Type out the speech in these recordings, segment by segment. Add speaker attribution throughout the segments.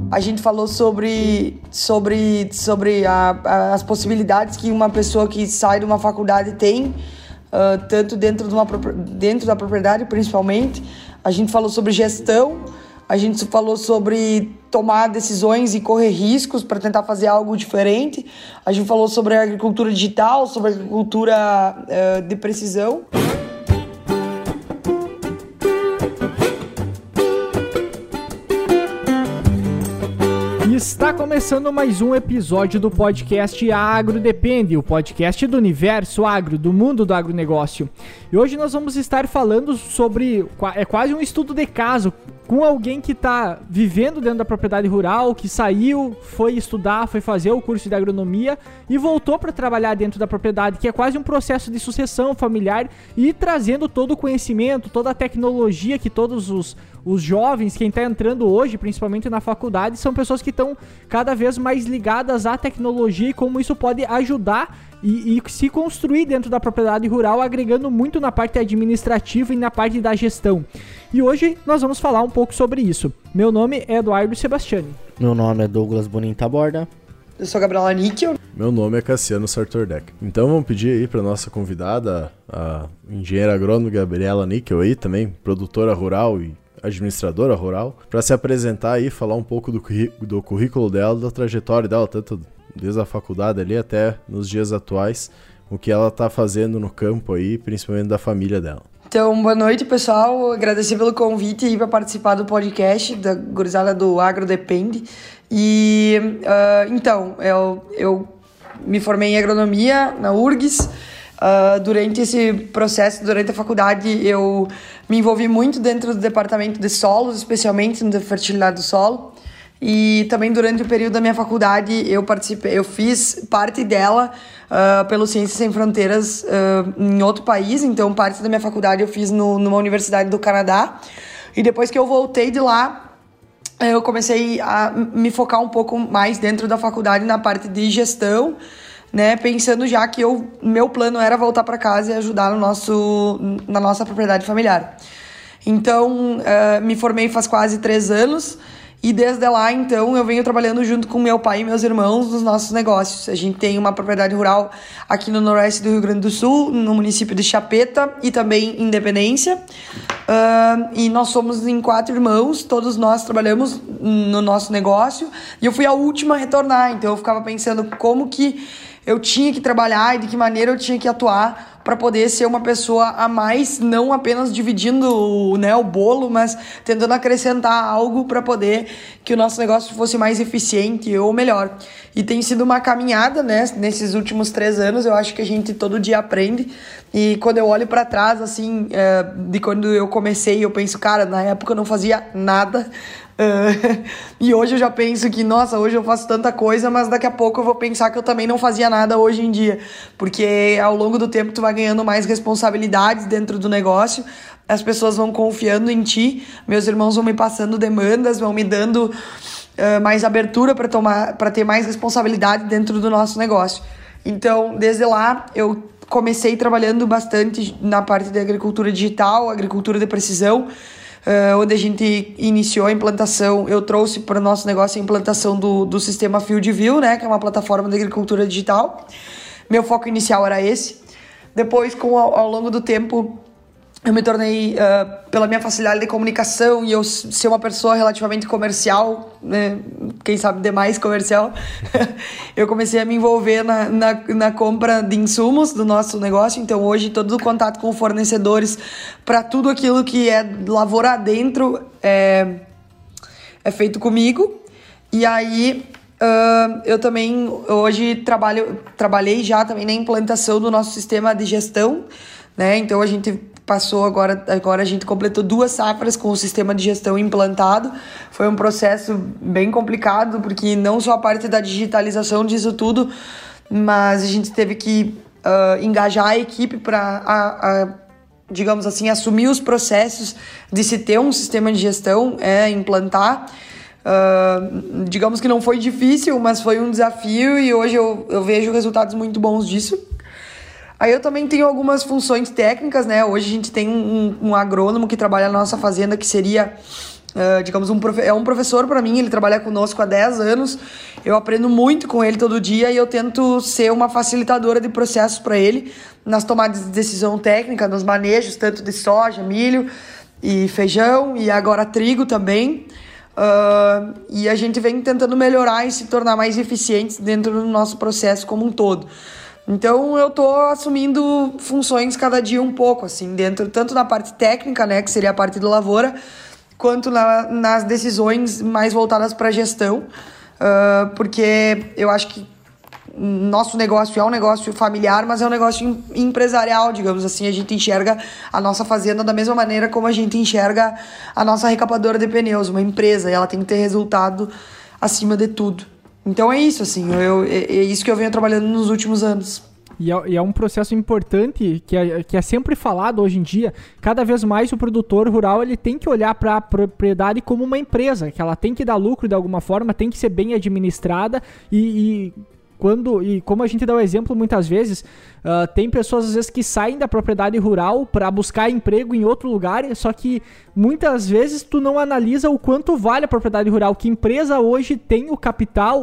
Speaker 1: A gente falou sobre as possibilidades que uma pessoa que sai de uma faculdade tem, tanto dentro da propriedade, principalmente. A gente falou sobre gestão, a gente falou sobre tomar decisões e correr riscos para tentar fazer algo diferente. A gente falou sobre a agricultura digital, sobre a agricultura de precisão.
Speaker 2: Está começando mais um episódio do podcast Agro Depende, o podcast do universo agro, do mundo do agronegócio. E hoje nós vamos estar falando sobre, quase um estudo de caso, com alguém que está vivendo dentro da propriedade rural, que saiu, foi estudar, foi fazer o curso de agronomia e voltou para trabalhar dentro da propriedade, que é quase um processo de sucessão familiar e trazendo todo o conhecimento, toda a tecnologia que todos os jovens, quem está entrando hoje, principalmente na faculdade, são pessoas que estão cada vez mais ligadas à tecnologia e como isso pode ajudar e se construir dentro da propriedade rural, agregando muito na parte administrativa e na parte da gestão. E hoje nós vamos falar um pouco sobre isso. Meu nome é Eduardo Sebastiani.
Speaker 3: Meu nome é Douglas Bonin Taborda.
Speaker 1: Eu sou a Gabriela Níquel.
Speaker 4: Meu nome é Cassiano Sartordeck. Então vamos pedir aí para nossa convidada, a engenheira agrônoma Gabriela Níquel aí também, produtora rural e administradora rural, para se apresentar aí, falar um pouco do currículo dela, da trajetória dela, tanto desde a faculdade ali até nos dias atuais, o que ela está fazendo no campo aí, principalmente da família dela.
Speaker 1: Então, boa noite, pessoal. Agradecer pelo convite aí para participar do podcast da gurizada do Agro Depende. E, então, eu me formei em agronomia na URGS. Durante esse processo, durante a faculdade, eu me envolvi muito dentro do departamento de solos, especialmente no de fertilidade do solo. E também durante o período da minha faculdade eu fiz parte dela pelo Ciências Sem Fronteiras em outro país. Então parte da minha faculdade eu fiz numa universidade do Canadá. E depois que eu voltei de lá, eu comecei a me focar um pouco mais dentro da faculdade na parte de gestão, né, pensando já que meu plano era voltar para casa e ajudar na nossa propriedade familiar. Então me formei faz quase 3 anos. E desde lá, então, eu venho trabalhando junto com meu pai e meus irmãos nos nossos negócios. A gente tem uma propriedade rural aqui no noroeste do Rio Grande do Sul, no município de Chapeta e também em Independência. E nós somos em 4 irmãos, todos nós trabalhamos no nosso negócio. E eu fui a última a retornar, então eu ficava pensando como que eu tinha que trabalhar e de que maneira eu tinha que atuar para poder ser uma pessoa a mais, não apenas dividindo, né, o bolo, mas tentando acrescentar algo para poder que o nosso negócio fosse mais eficiente ou melhor. E tem sido uma caminhada, né, nesses últimos 3 anos. Eu acho que a gente todo dia aprende. E quando eu olho para trás, assim, de quando eu comecei, eu penso, cara, na época eu não fazia nada. E hoje eu já penso que, nossa, hoje eu faço tanta coisa, mas daqui a pouco eu vou pensar que eu também não fazia nada hoje em dia, porque ao longo do tempo tu vai ganhando mais responsabilidades dentro do negócio, as pessoas vão confiando em ti, meus irmãos vão me passando demandas, vão me dando mais abertura para ter mais responsabilidade dentro do nosso negócio. Então, desde lá, eu comecei trabalhando bastante na parte de agricultura digital, agricultura de precisão, onde a gente iniciou a implantação. Eu trouxe para o nosso negócio a implantação do sistema FieldView, né, que é uma plataforma de agricultura digital. Meu foco inicial era esse. Depois, ao longo do tempo, eu me tornei, pela minha facilidade de comunicação e eu ser uma pessoa relativamente comercial, né, quem sabe demais comercial, eu comecei a me envolver na compra de insumos do nosso negócio. Então hoje todo o contato com fornecedores para tudo aquilo que é lavoura dentro é feito comigo. E aí eu também hoje trabalhei já também na implantação do nosso sistema de gestão, né? Então a gente passou agora a gente completou 2 safras com o sistema de gestão implantado. Foi um processo bem complicado, porque não só a parte da digitalização disso tudo, mas a gente teve que engajar a equipe para, digamos assim, assumir os processos de se ter um sistema de gestão, implantar. Digamos que não foi difícil, mas foi um desafio e hoje eu vejo resultados muito bons disso. Aí eu também tenho algumas funções técnicas, né? Hoje a gente tem um agrônomo que trabalha na nossa fazenda, que seria digamos, é um professor para mim, ele trabalha conosco há 10 anos, eu aprendo muito com ele todo dia e eu tento ser uma facilitadora de processos para ele, nas tomadas de decisão técnica, nos manejos, tanto de soja, milho e feijão e agora trigo também. E a gente vem tentando melhorar e se tornar mais eficientes dentro do nosso processo como um todo. Então eu tô assumindo funções cada dia um pouco, assim, dentro, tanto na parte técnica, né, que seria a parte do lavoura, quanto nas decisões mais voltadas para a gestão, porque eu acho que nosso negócio é um negócio familiar, mas é um negócio empresarial, digamos assim. A gente enxerga a nossa fazenda da mesma maneira como a gente enxerga a nossa recapadora de pneus, uma empresa, e ela tem que ter resultado acima de tudo. Então é isso, assim, é isso que eu venho trabalhando nos últimos anos.
Speaker 2: E é um processo importante que é sempre falado hoje em dia. Cada vez mais o produtor rural ele tem que olhar para a propriedade como uma empresa, que ela tem que dar lucro de alguma forma, tem que ser bem administrada e como a gente dá o exemplo muitas vezes, tem pessoas às vezes que saem da propriedade rural para buscar emprego em outro lugar, só que muitas vezes tu não analisa o quanto vale a propriedade rural, que empresa hoje tem o capital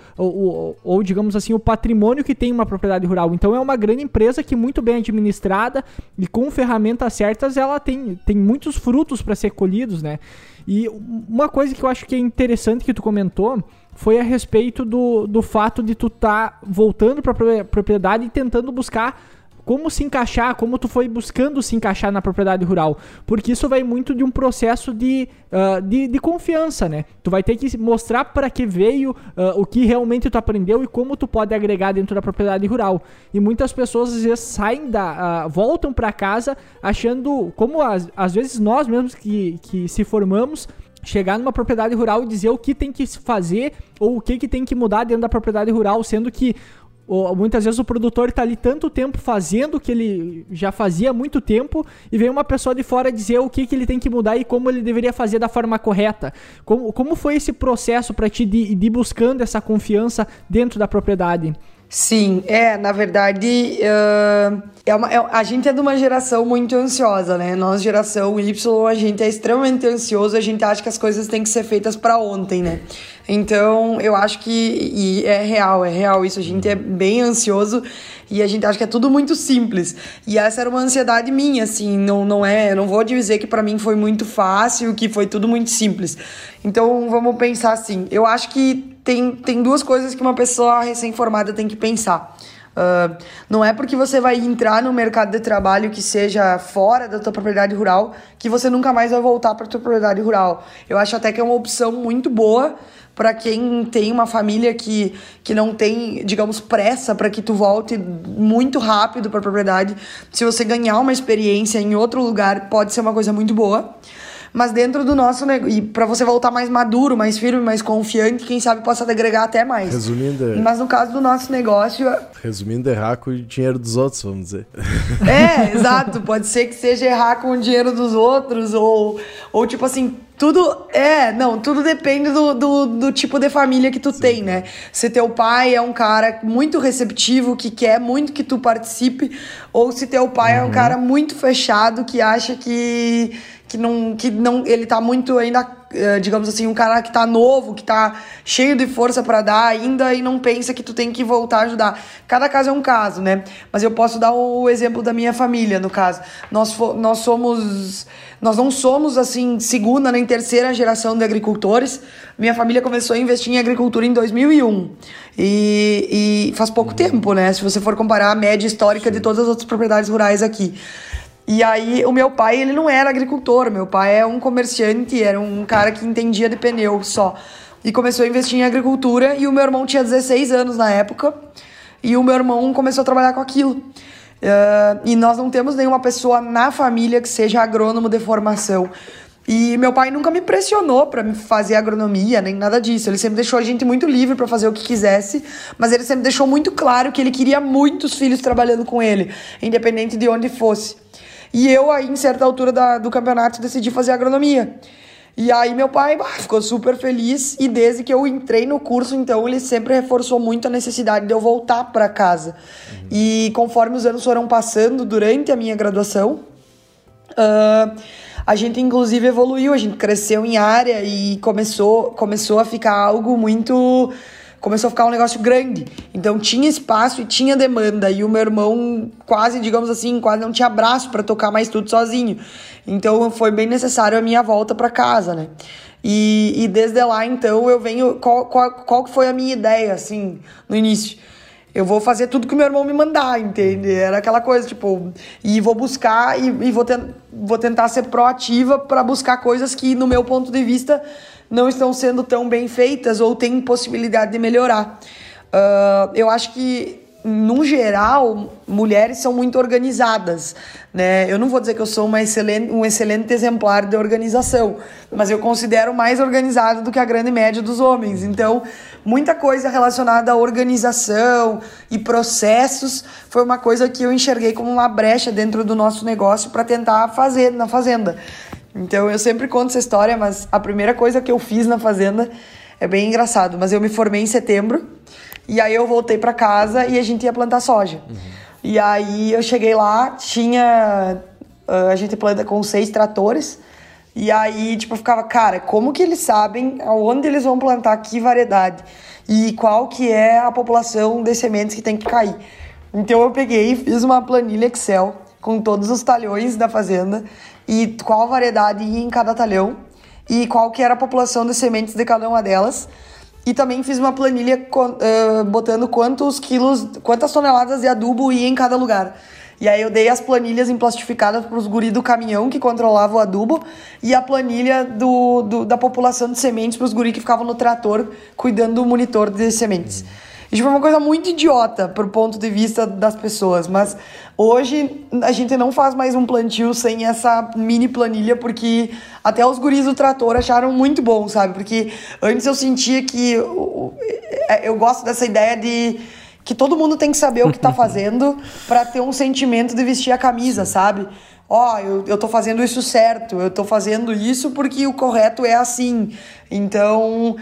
Speaker 2: ou digamos assim, o patrimônio que tem uma propriedade rural. Então é uma grande empresa que muito bem administrada e com ferramentas certas ela tem muitos frutos para ser colhidos, né? E uma coisa que eu acho que é interessante que tu comentou foi a respeito do fato de tu tá voltando para a propriedade e tentando buscar como se encaixar, como tu foi buscando se encaixar na propriedade rural, porque isso vai muito de um processo de confiança, né? Tu vai ter que mostrar para que veio, o que realmente tu aprendeu e como tu pode agregar dentro da propriedade rural. E muitas pessoas às vezes voltam para casa achando, como às vezes nós mesmos que se formamos, chegar numa propriedade rural e dizer o que tem que fazer ou o que tem que mudar dentro da propriedade rural, sendo que muitas vezes o produtor está ali tanto tempo fazendo o que ele já fazia há muito tempo e vem uma pessoa de fora dizer o que ele tem que mudar e como ele deveria fazer da forma correta. Como foi esse processo para ti de ir buscando essa confiança dentro da propriedade?
Speaker 1: Sim, na verdade, a gente é de uma geração muito ansiosa, né? Nós, geração Y, a gente é extremamente ansioso, a gente acha que as coisas têm que ser feitas para ontem, né? Então, eu acho que é real isso, a gente é bem ansioso e a gente acha que é tudo muito simples. E essa era uma ansiedade minha, assim, eu não vou dizer que para mim foi muito fácil, que foi tudo muito simples. Então, vamos pensar assim, eu acho que tem duas coisas que uma pessoa recém-formada tem que pensar. Não é porque você vai entrar no mercado de trabalho que seja fora da tua propriedade rural que você nunca mais vai voltar para tua propriedade rural. Eu acho até que é uma opção muito boa para quem tem uma família que não tem, digamos, pressa para que tu volte muito rápido para a propriedade. Se você ganhar uma experiência em outro lugar, pode ser uma coisa muito boa. Mas dentro do nosso negócio, e para você voltar mais maduro, mais firme, mais confiante, quem sabe possa agregar até mais. Mas no caso do nosso negócio...
Speaker 4: Resumindo, errar com o dinheiro dos outros, vamos dizer.
Speaker 1: Exato. Pode ser que seja errar com o dinheiro dos outros, ou tipo assim, tudo depende do tipo de família que tu tem, né? Se teu pai é um cara muito receptivo, que quer muito que tu participe, ou se teu pai é um cara muito fechado, que acha que não, ele tá muito ainda, digamos assim, um cara que tá novo, que tá cheio de força pra dar ainda e não pensa que tu tem que voltar a ajudar. Cada caso é um caso, né? Mas eu posso dar o exemplo da minha família, no caso. Nós não somos, assim, segunda nem terceira geração de agricultores. Minha família começou a investir em agricultura em 2001. E faz pouco tempo, né? Se você for comparar a média histórica de todas as outras propriedades rurais aqui. E aí, o meu pai, ele não era agricultor, meu pai é um comerciante, era um cara que entendia de pneu só. E começou a investir em agricultura, e o meu irmão tinha 16 anos na época, e o meu irmão começou a trabalhar com aquilo. E nós não temos nenhuma pessoa na família que seja agrônomo de formação. E meu pai nunca me pressionou para me fazer agronomia, nem nada disso. Ele sempre deixou a gente muito livre para fazer o que quisesse, mas ele sempre deixou muito claro que ele queria muitos filhos trabalhando com ele, independente de onde fosse. E eu aí, em certa altura do campeonato, decidi fazer agronomia. E aí meu pai ficou super feliz, e desde que eu entrei no curso, então, ele sempre reforçou muito a necessidade de eu voltar para casa. E conforme os anos foram passando durante a minha graduação, a gente inclusive evoluiu, a gente cresceu em área e começou a ficar algo muito... Começou a ficar um negócio grande. Então tinha espaço e tinha demanda. E o meu irmão quase, digamos assim, quase não tinha braço para tocar mais tudo sozinho. Então foi bem necessário a minha volta para casa, né? E desde lá, então, eu venho... Qual que foi a minha ideia, assim, no início? Eu vou fazer tudo que o meu irmão me mandar, entende? Era aquela coisa, tipo... E vou buscar e vou tentar ser proativa para buscar coisas que, no meu ponto de vista... não estão sendo tão bem feitas ou têm possibilidade de melhorar. Eu acho que, no geral, mulheres são muito organizadas, né? Eu não vou dizer que eu sou um excelente exemplar de organização, mas eu considero mais organizada do que a grande média dos homens. Então, muita coisa relacionada à organização e processos foi uma coisa que eu enxerguei como uma brecha dentro do nosso negócio para tentar fazer na fazenda. Então, eu sempre conto essa história, mas a primeira coisa que eu fiz na fazenda é bem engraçado. Mas eu me formei em setembro, e aí eu voltei para casa e a gente ia plantar soja. E aí eu cheguei lá, a gente planta com 6 tratores, e aí, tipo, eu ficava, cara, como que eles sabem aonde eles vão plantar, que variedade, e qual que é a população de sementes que tem que cair. Então eu peguei e fiz uma planilha Excel com todos os talhões da fazenda, e qual variedade ia em cada talhão, e qual que era a população de sementes de cada uma delas. E também fiz uma planilha botando quantas toneladas de adubo ia em cada lugar. E aí eu dei as planilhas emplastificadas para os guris do caminhão que controlava o adubo, e a planilha da população de sementes para os guris que ficavam no trator cuidando do monitor de sementes. Isso foi uma coisa muito idiota pro ponto de vista das pessoas, mas hoje a gente não faz mais um plantio sem essa mini planilha, porque até os guris do trator acharam muito bom, sabe? Porque antes eu sentia que... Eu gosto dessa ideia de que todo mundo tem que saber o que tá fazendo para ter um sentimento de vestir a camisa, sabe? Eu tô fazendo isso certo, eu tô fazendo isso porque o correto é assim. Então...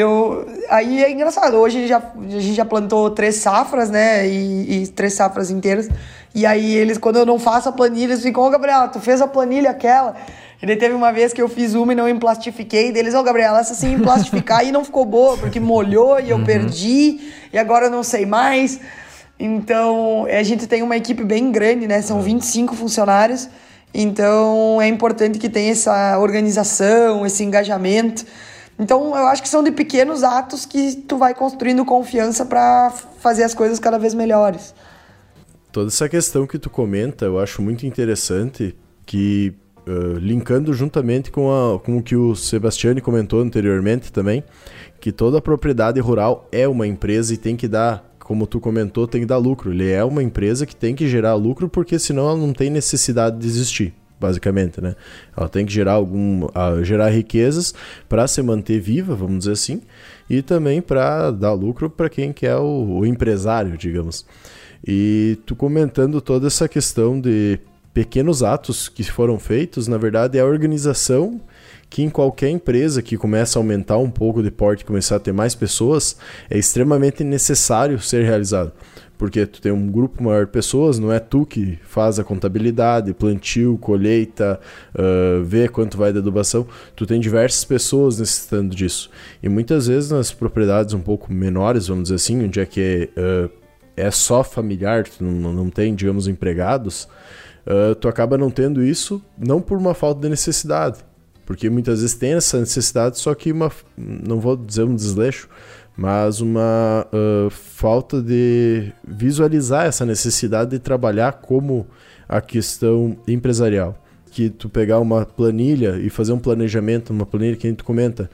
Speaker 1: Aí é engraçado, hoje a gente já plantou 3 safras, né, e 3 safras inteiras, e aí quando eu não faço a planilha, eles ficam, Gabriela, tu fez a planilha aquela? E daí teve uma vez que eu fiz uma e não emplastifiquei, deles, Gabriela, essa sem emplastificar e não ficou boa, porque molhou e eu perdi, e agora eu não sei mais. Então, a gente tem uma equipe bem grande, né, são 25 funcionários, então é importante que tenha essa organização, esse engajamento. Então, eu acho que são de pequenos atos que tu vai construindo confiança para fazer as coisas cada vez melhores.
Speaker 4: Toda essa questão que tu comenta, eu acho muito interessante, que linkando juntamente com o que o Sebastiani comentou anteriormente também, que toda propriedade rural é uma empresa e tem que dar, como tu comentou, tem que dar lucro. Ele é uma empresa que tem que gerar lucro, porque senão ela não tem necessidade de existir. Basicamente, né? Ela tem que gerar riquezas para se manter viva, vamos dizer assim, e também para dar lucro para quem que é o empresário, digamos. E tu comentando toda essa questão de pequenos atos que foram feitos, na verdade é a organização que em qualquer empresa que começa a aumentar um pouco de porte, começar a ter mais pessoas, é extremamente necessário ser realizado. Porque tu tem um grupo maior de pessoas, não é tu que faz a contabilidade, plantio, colheita, vê quanto vai de adubação. Tu tem diversas pessoas necessitando disso. E muitas vezes nas propriedades um pouco menores, vamos dizer assim, onde é que é só familiar, tu não tem, digamos, empregados, tu acaba não tendo isso, não por uma falta de necessidade. Porque muitas vezes tem essa necessidade, só que não vou dizer um desleixo, mas uma falta de visualizar essa necessidade de trabalhar como a questão empresarial. Que tu pegar uma planilha e fazer um planejamento, uma planilha que a gente comenta,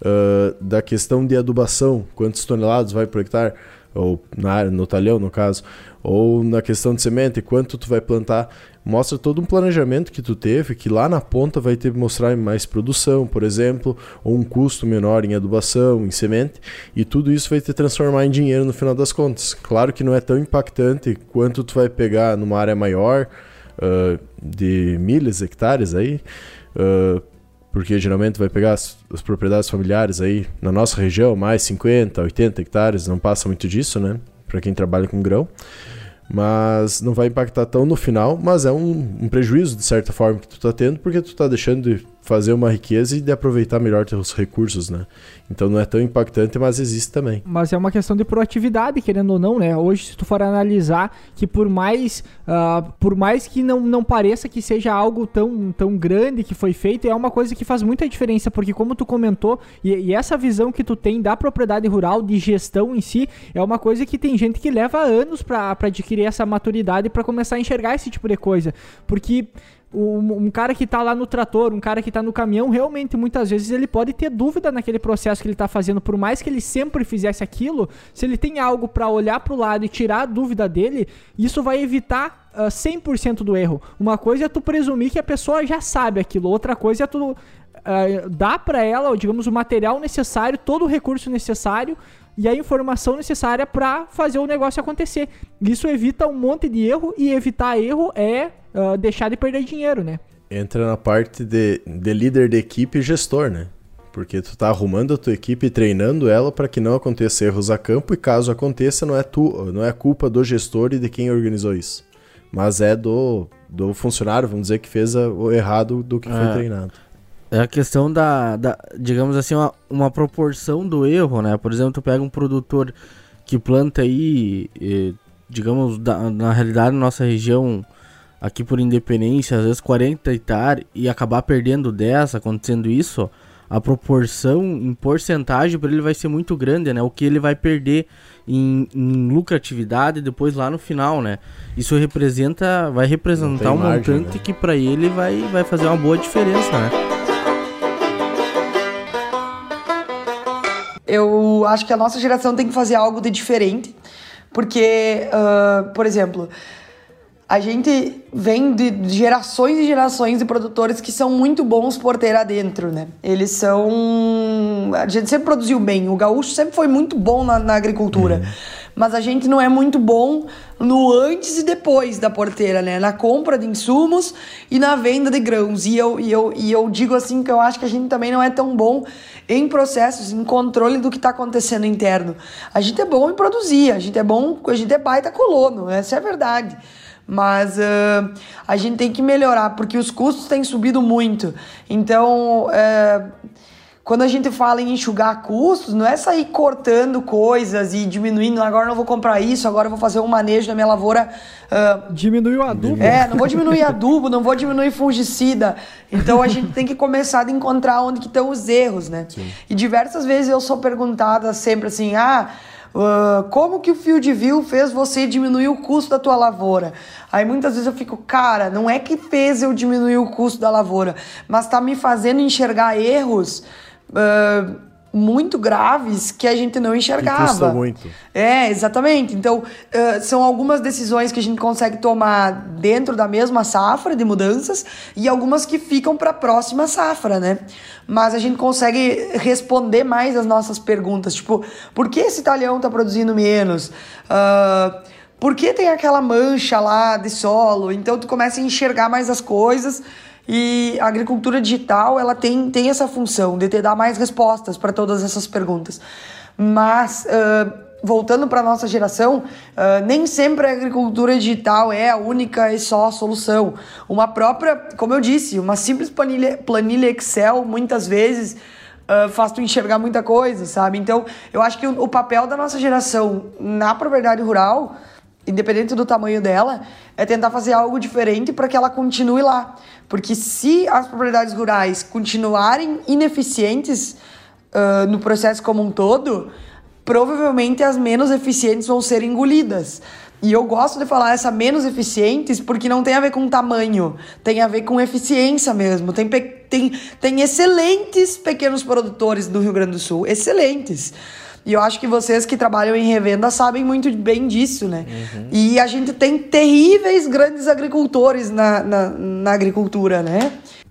Speaker 4: da questão de adubação, quantos toneladas vai por hectare, ou na área, no talhão no caso, ou na questão de semente, quanto tu vai plantar, mostra todo um planejamento que tu teve, que lá na ponta vai ter que mostrar mais produção, por exemplo, ou um custo menor em adubação, em semente, e tudo isso vai te transformar em dinheiro no final das contas. Claro que não é tão impactante quanto tu vai pegar numa área maior, de milhares, hectares aí, porque geralmente vai pegar as propriedades familiares aí, na nossa região, mais 50, 80 hectares, não passa muito disso, né, para quem trabalha com grão. mas não vai impactar tão no final, mas é um prejuízo, de certa forma, que tu tá tendo, porque tu tá deixando de fazer uma riqueza e de aproveitar melhor teus recursos, né? Então não é tão impactante, mas existe também.
Speaker 2: Mas é uma questão de proatividade, querendo ou não, né? Hoje, se tu for analisar que por mais que não pareça que seja algo tão grande que foi feito, é uma coisa que faz muita diferença, porque como tu comentou, e essa visão que tu tem da propriedade rural, de gestão em si, é uma coisa que tem gente que leva anos para adquirir essa maturidade para começar a enxergar esse tipo de coisa. Porque um cara que tá lá no trator, um cara que tá no caminhão, realmente muitas vezes ele pode ter dúvida naquele processo que ele tá fazendo, por mais que ele sempre fizesse aquilo, se ele tem algo para olhar pro lado e tirar a dúvida dele, isso vai evitar 100% do erro. Uma coisa é tu presumir que a pessoa já sabe aquilo, outra coisa é tu dar para ela, digamos, o material necessário, todo o recurso necessário e a informação necessária para fazer o negócio acontecer. Isso evita um monte de erro, e evitar erro é deixar de perder dinheiro, né? Entra
Speaker 4: na parte de líder de equipe e gestor, né? Porque tu tá arrumando a tua equipe e treinando ela para que não aconteça erros a campo, e caso aconteça, não é culpa do gestor e de quem organizou isso, mas é do funcionário, vamos dizer, que fez o errado do que foi treinado.
Speaker 3: É a questão digamos assim, uma proporção do erro, né? Por exemplo, tu pega um produtor que planta aí, digamos, na realidade, na nossa região, aqui por Independência, às vezes 40 hectares, e acabar perdendo 10, acontecendo isso, a proporção em porcentagem para ele vai ser muito grande, né? O que ele vai perder em lucratividade depois lá no final, né? Isso vai representar um margem, montante, né? Que para ele vai fazer uma boa diferença, né?
Speaker 1: Eu acho que a nossa geração tem que fazer algo de diferente, porque, por exemplo, a gente vem de gerações e gerações de produtores que são muito bons porteira dentro, né? Eles são... A gente sempre produziu bem, o gaúcho sempre foi muito bom na agricultura, mas a gente não é muito bom no antes e depois da porteira, né? Na compra de insumos e na venda de grãos. E eu digo assim que eu acho que a gente também não é tão bom em processos, em controle do que está acontecendo interno. A gente é bom em produzir, a gente é baita colono, essa é a verdade. Mas a gente tem que melhorar, porque os custos têm subido muito. Então, quando a gente fala em enxugar custos, não é sair cortando coisas e diminuindo, agora não vou comprar isso, agora eu vou fazer um manejo na minha lavoura.
Speaker 2: Diminuir o adubo.
Speaker 1: Não vou diminuir adubo, não vou diminuir fungicida. Então a gente tem que começar a encontrar onde que estão os erros, né? Sim. E diversas vezes eu sou perguntada sempre assim, como que o Field View fez você diminuir o custo da tua lavoura? Aí muitas vezes eu fico, cara, não é que fez eu diminuir o custo da lavoura, mas tá me fazendo enxergar erros muito graves que a gente não enxergava.
Speaker 4: Que custa muito.
Speaker 1: Exatamente. Então, são algumas decisões que a gente consegue tomar dentro da mesma safra de mudanças e algumas que ficam para a próxima safra, né? Mas a gente consegue responder mais as nossas perguntas, tipo, por que esse talhão está produzindo menos? Por que tem aquela mancha lá de solo? Então, tu começa a enxergar mais as coisas. E a agricultura digital, ela tem essa função de te dar mais respostas para todas essas perguntas. Mas, voltando para a nossa geração, nem sempre a agricultura digital é a única e só a solução. Uma própria, como eu disse, uma simples planilha Excel, muitas vezes, faz tu enxergar muita coisa, sabe? Então, eu acho que o papel da nossa geração na propriedade rural, independente do tamanho dela, é tentar fazer algo diferente para que ela continue lá. Porque se as propriedades rurais continuarem ineficientes no processo como um todo, provavelmente as menos eficientes vão ser engolidas. E eu gosto de falar essa menos eficientes porque não tem a ver com tamanho, tem a ver com eficiência mesmo. Tem excelentes pequenos produtores do Rio Grande do Sul, excelentes. E eu acho que vocês que trabalham em revenda sabem muito bem disso, né? Uhum. E a gente tem terríveis grandes agricultores na agricultura, né?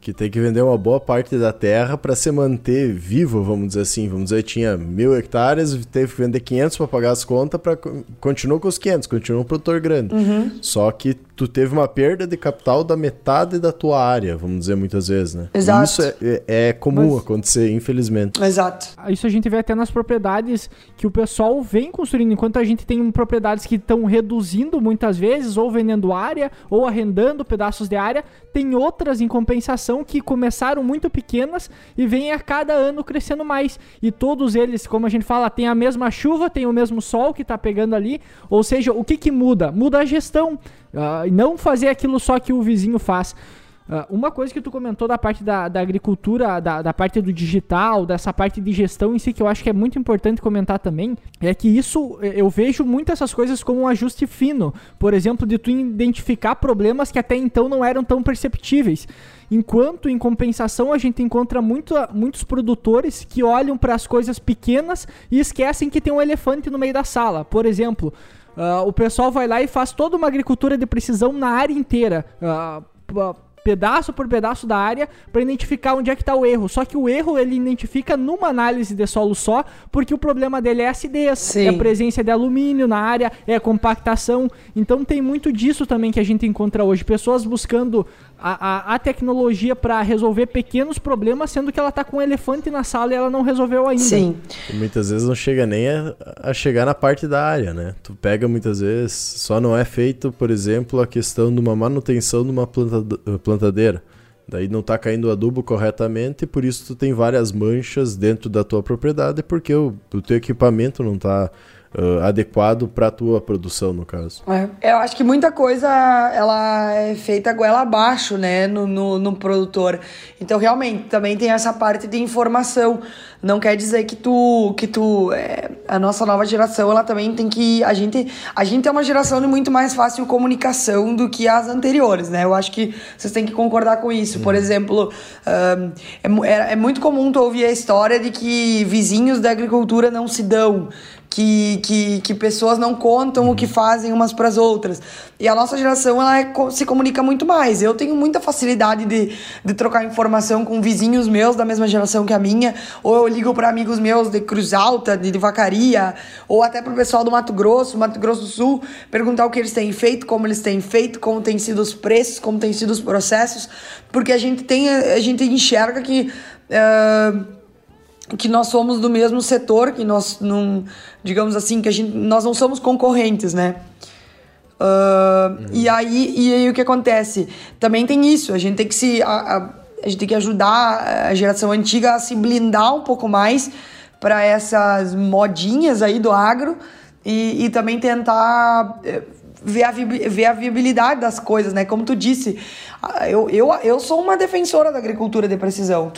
Speaker 4: que tem que vender uma boa parte da terra para se manter vivo, vamos dizer assim. Vamos dizer, tinha 1.000 hectares, teve que vender 500 para pagar as contas, continuou com os 500, continuou um produtor grande. Só que tu teve uma perda de capital da metade da tua área, vamos dizer muitas vezes, né?
Speaker 1: Exato.
Speaker 4: E isso é comum acontecer, infelizmente.
Speaker 1: Exato.
Speaker 2: Isso a gente vê até nas propriedades que o pessoal vem construindo, enquanto a gente tem propriedades que estão reduzindo muitas vezes, ou vendendo área, ou arrendando pedaços de área, tem outras em compensação que começaram muito pequenas e vêm a cada ano crescendo mais. E todos eles, como a gente fala, tem a mesma chuva, tem o mesmo sol que está pegando ali, ou seja, o que muda? Muda a gestão. Não fazer aquilo só que o vizinho faz. Uma coisa que tu comentou da parte da agricultura, da parte do digital, dessa parte de gestão em si, que eu acho que é muito importante comentar também, é que isso, eu vejo muito essas coisas como um ajuste fino. Por exemplo, de tu identificar problemas que até então não eram tão perceptíveis. Enquanto, em compensação, a gente encontra muitos produtores que olham para as coisas pequenas e esquecem que tem um elefante no meio da sala. Por exemplo, o pessoal vai lá e faz toda uma agricultura de precisão na área inteira, pedaço por pedaço da área, para identificar onde é que está o erro. Só que o erro ele identifica numa análise de solo só, porque o problema dele é acidez,
Speaker 1: Sim.
Speaker 2: é a presença de alumínio na área, é a compactação. Então tem muito disso também que a gente encontra hoje. Pessoas buscando a tecnologia para resolver pequenos problemas, sendo que ela está com um elefante na sala e ela não resolveu ainda.
Speaker 1: Sim.
Speaker 4: E muitas vezes não chega nem a chegar na parte da área, né? Tu pega muitas vezes, só não é feito, por exemplo, a questão de uma manutenção de uma plantadeira. Daí não tá caindo o adubo corretamente e por isso tu tem várias manchas dentro da tua propriedade porque o teu equipamento não tá adequado para tua produção, no caso.
Speaker 1: Eu acho que muita coisa ela é feita goela abaixo, né, no produtor. Então, realmente, também tem essa parte de informação. Não quer dizer que a nossa nova geração, ela também tem que... A gente é uma geração de muito mais fácil comunicação do que as anteriores, né? Eu acho que vocês têm que concordar com isso. Por exemplo, é muito comum tu ouvir a história de que vizinhos da agricultura não se dão, que pessoas não contam o que fazem umas para as outras. E a nossa geração ela se comunica muito mais. Eu tenho muita facilidade de trocar informação com vizinhos meus da mesma geração que a minha, ou eu ligo para amigos meus de Cruz Alta, de Vacaria, ou até pro pessoal do Mato Grosso do Sul, perguntar o que eles têm feito, como eles têm feito, como têm sido os preços, como têm sido os processos, porque a gente enxerga que nós somos do mesmo setor, que nós não, digamos assim, que nós não somos concorrentes, né? E aí o que acontece? Também tem isso, a gente tem que a gente tem que ajudar a geração antiga a se blindar um pouco mais para essas modinhas aí do agro e também tentar ver a viabilidade das coisas, né? Como tu disse, eu sou uma defensora da agricultura de precisão.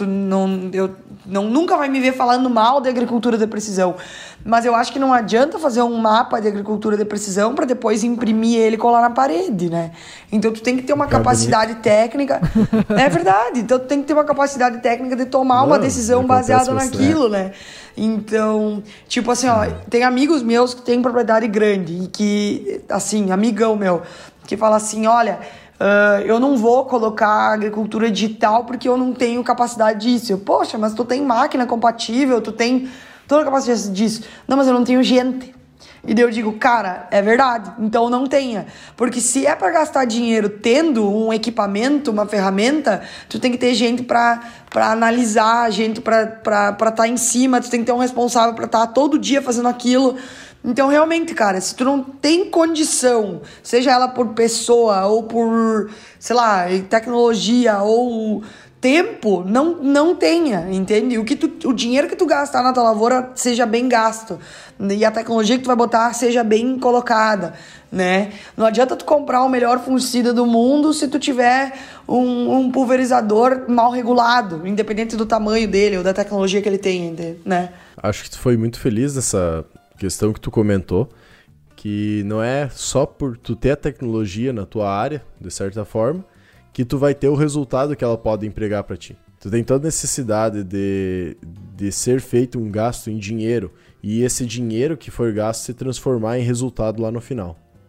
Speaker 1: Nunca vai me ver falando mal da agricultura de precisão. Mas eu acho que não adianta fazer um mapa de agricultura de precisão para depois imprimir ele e colar na parede, né? Então tu tem que ter uma capacidade técnica. É verdade. Então tu tem que ter uma capacidade técnica de tomar uma decisão baseada naquilo, né? Então, tipo assim, ó, tem amigos meus que têm propriedade grande e que, assim, amigão meu, que fala assim, olha, eu não vou colocar agricultura digital porque eu não tenho capacidade disso. Poxa, mas tu tem máquina compatível, tu tem toda a capacidade disso. Não, mas eu não tenho gente. E daí eu digo, cara, é verdade, então não tenha. Porque se é para gastar dinheiro tendo um equipamento, uma ferramenta, tu tem que ter gente para analisar, gente para estar em cima, tu tem que ter um responsável para estar todo dia fazendo aquilo. Então, realmente, cara, se tu não tem condição, seja ela por pessoa ou por, sei lá, tecnologia ou tempo, não tenha, entende? O dinheiro que tu gastar na tua lavoura seja bem gasto e a tecnologia que tu vai botar seja bem colocada, né? Não adianta tu comprar o melhor fungicida do mundo se tu tiver um pulverizador mal regulado, independente do tamanho dele ou da tecnologia que ele tem, né?
Speaker 4: Acho que tu foi muito feliz nessa questão que tu comentou, que não é só por tu ter a tecnologia na tua área, de certa forma, que tu vai ter o resultado que ela pode empregar para ti. Tu tem toda a necessidade de ser feito um gasto em dinheiro e esse dinheiro que for gasto se transformar em resultado lá no final.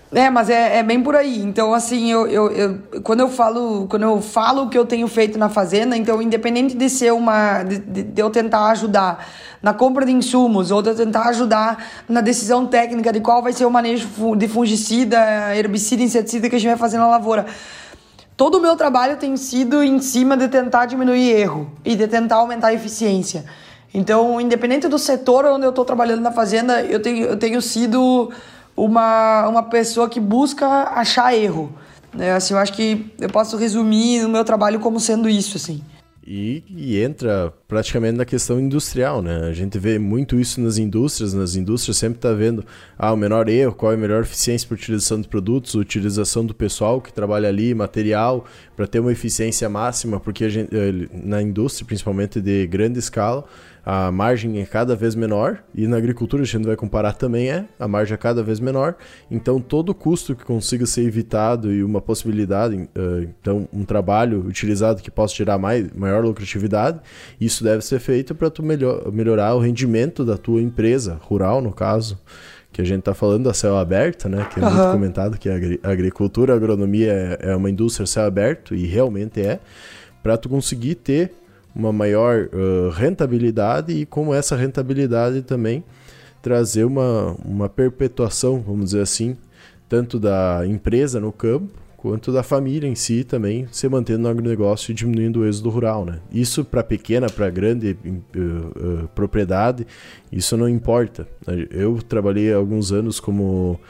Speaker 1: Mas é bem por aí. Então, assim, quando eu falo o que eu tenho feito na fazenda, então, independente de ser de eu tentar ajudar na compra de insumos, ou de eu tentar ajudar na decisão técnica de qual vai ser o manejo de fungicida, herbicida, inseticida que a gente vai fazer na lavoura, todo o meu trabalho tem sido em cima de tentar diminuir erro e de tentar aumentar a eficiência. Então, independente do setor onde eu estou trabalhando na fazenda, eu tenho sido uma pessoa que busca achar erro. Assim, eu acho que eu posso resumir o meu trabalho como sendo isso, assim.
Speaker 4: E entra praticamente na questão industrial, né? A gente vê muito isso nas indústrias sempre está vendo o menor erro, qual é a melhor eficiência para utilização de produtos, utilização do pessoal que trabalha ali, material, para ter uma eficiência máxima, porque na indústria, principalmente de grande escala, a margem é cada vez menor, e na agricultura a gente vai comparar também, a margem é cada vez menor, então todo custo que consiga ser evitado e uma possibilidade, então um trabalho utilizado que possa tirar maior lucratividade, isso deve ser feito para tu melhorar o rendimento da tua empresa, rural no caso, que a gente está falando da céu aberto, né, que é muito comentado, que a agricultura, a agronomia é uma indústria céu aberto, e realmente para tu conseguir ter uma maior rentabilidade e com essa rentabilidade também trazer uma perpetuação, vamos dizer assim, tanto da empresa no campo quanto da família em si também se mantendo no agronegócio e diminuindo o êxodo rural, né? Isso para pequena, para grande propriedade, isso não importa. Eu trabalhei há alguns anos como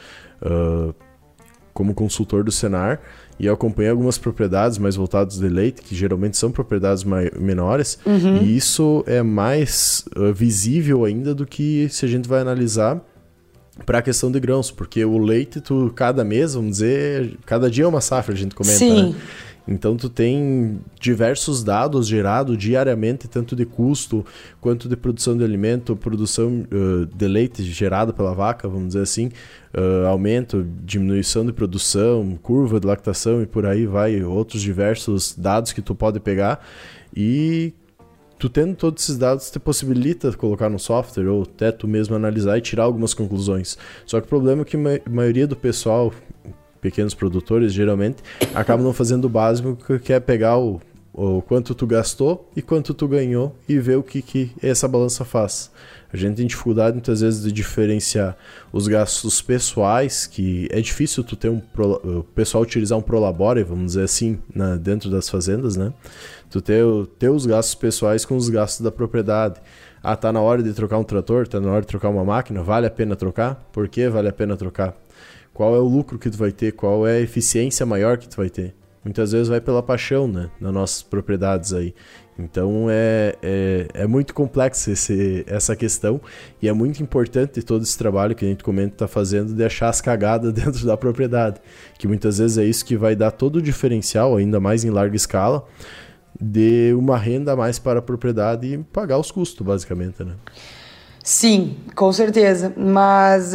Speaker 4: consultor do Senar, e eu acompanhei algumas propriedades mais voltadas de leite, que geralmente são propriedades menores, e isso é mais visível ainda do que se a gente vai analisar para a questão de grãos, porque o leite, cada mês, vamos dizer, cada dia é uma safra, a gente comenta,
Speaker 1: Sim.
Speaker 4: né? Então tu tem diversos dados gerados diariamente, tanto de custo quanto de produção de alimento, produção de leite gerado pela vaca, vamos dizer assim, aumento, diminuição de produção, curva de lactação e por aí vai, outros diversos dados que tu pode pegar, e tu tendo todos esses dados te possibilita colocar no software ou até tu mesmo analisar e tirar algumas conclusões. Só que o problema é que a maioria do pessoal, pequenos produtores, geralmente, acabam não fazendo o básico, que é pegar o quanto tu gastou e quanto tu ganhou e ver o que essa balança faz. A gente tem dificuldade muitas vezes de diferenciar os gastos pessoais, que é difícil tu ter o pessoal utilizar um prolabore, vamos dizer assim, dentro das fazendas, né? Tu ter os gastos pessoais com os gastos da propriedade. Tá na hora de trocar um trator, tá na hora de trocar uma máquina, vale a pena trocar? Por que vale a pena trocar? Qual é o lucro que tu vai ter? Qual é a eficiência maior que tu vai ter? Muitas vezes vai pela paixão, né? Nas nossas propriedades aí. Então é muito complexa essa questão, e é muito importante todo esse trabalho que a gente comenta tá fazendo de achar as cagadas dentro da propriedade, que muitas vezes é isso que vai dar todo o diferencial, ainda mais em larga escala, de uma renda a mais para a propriedade e pagar os custos, basicamente, né?
Speaker 1: Sim, com certeza. Mas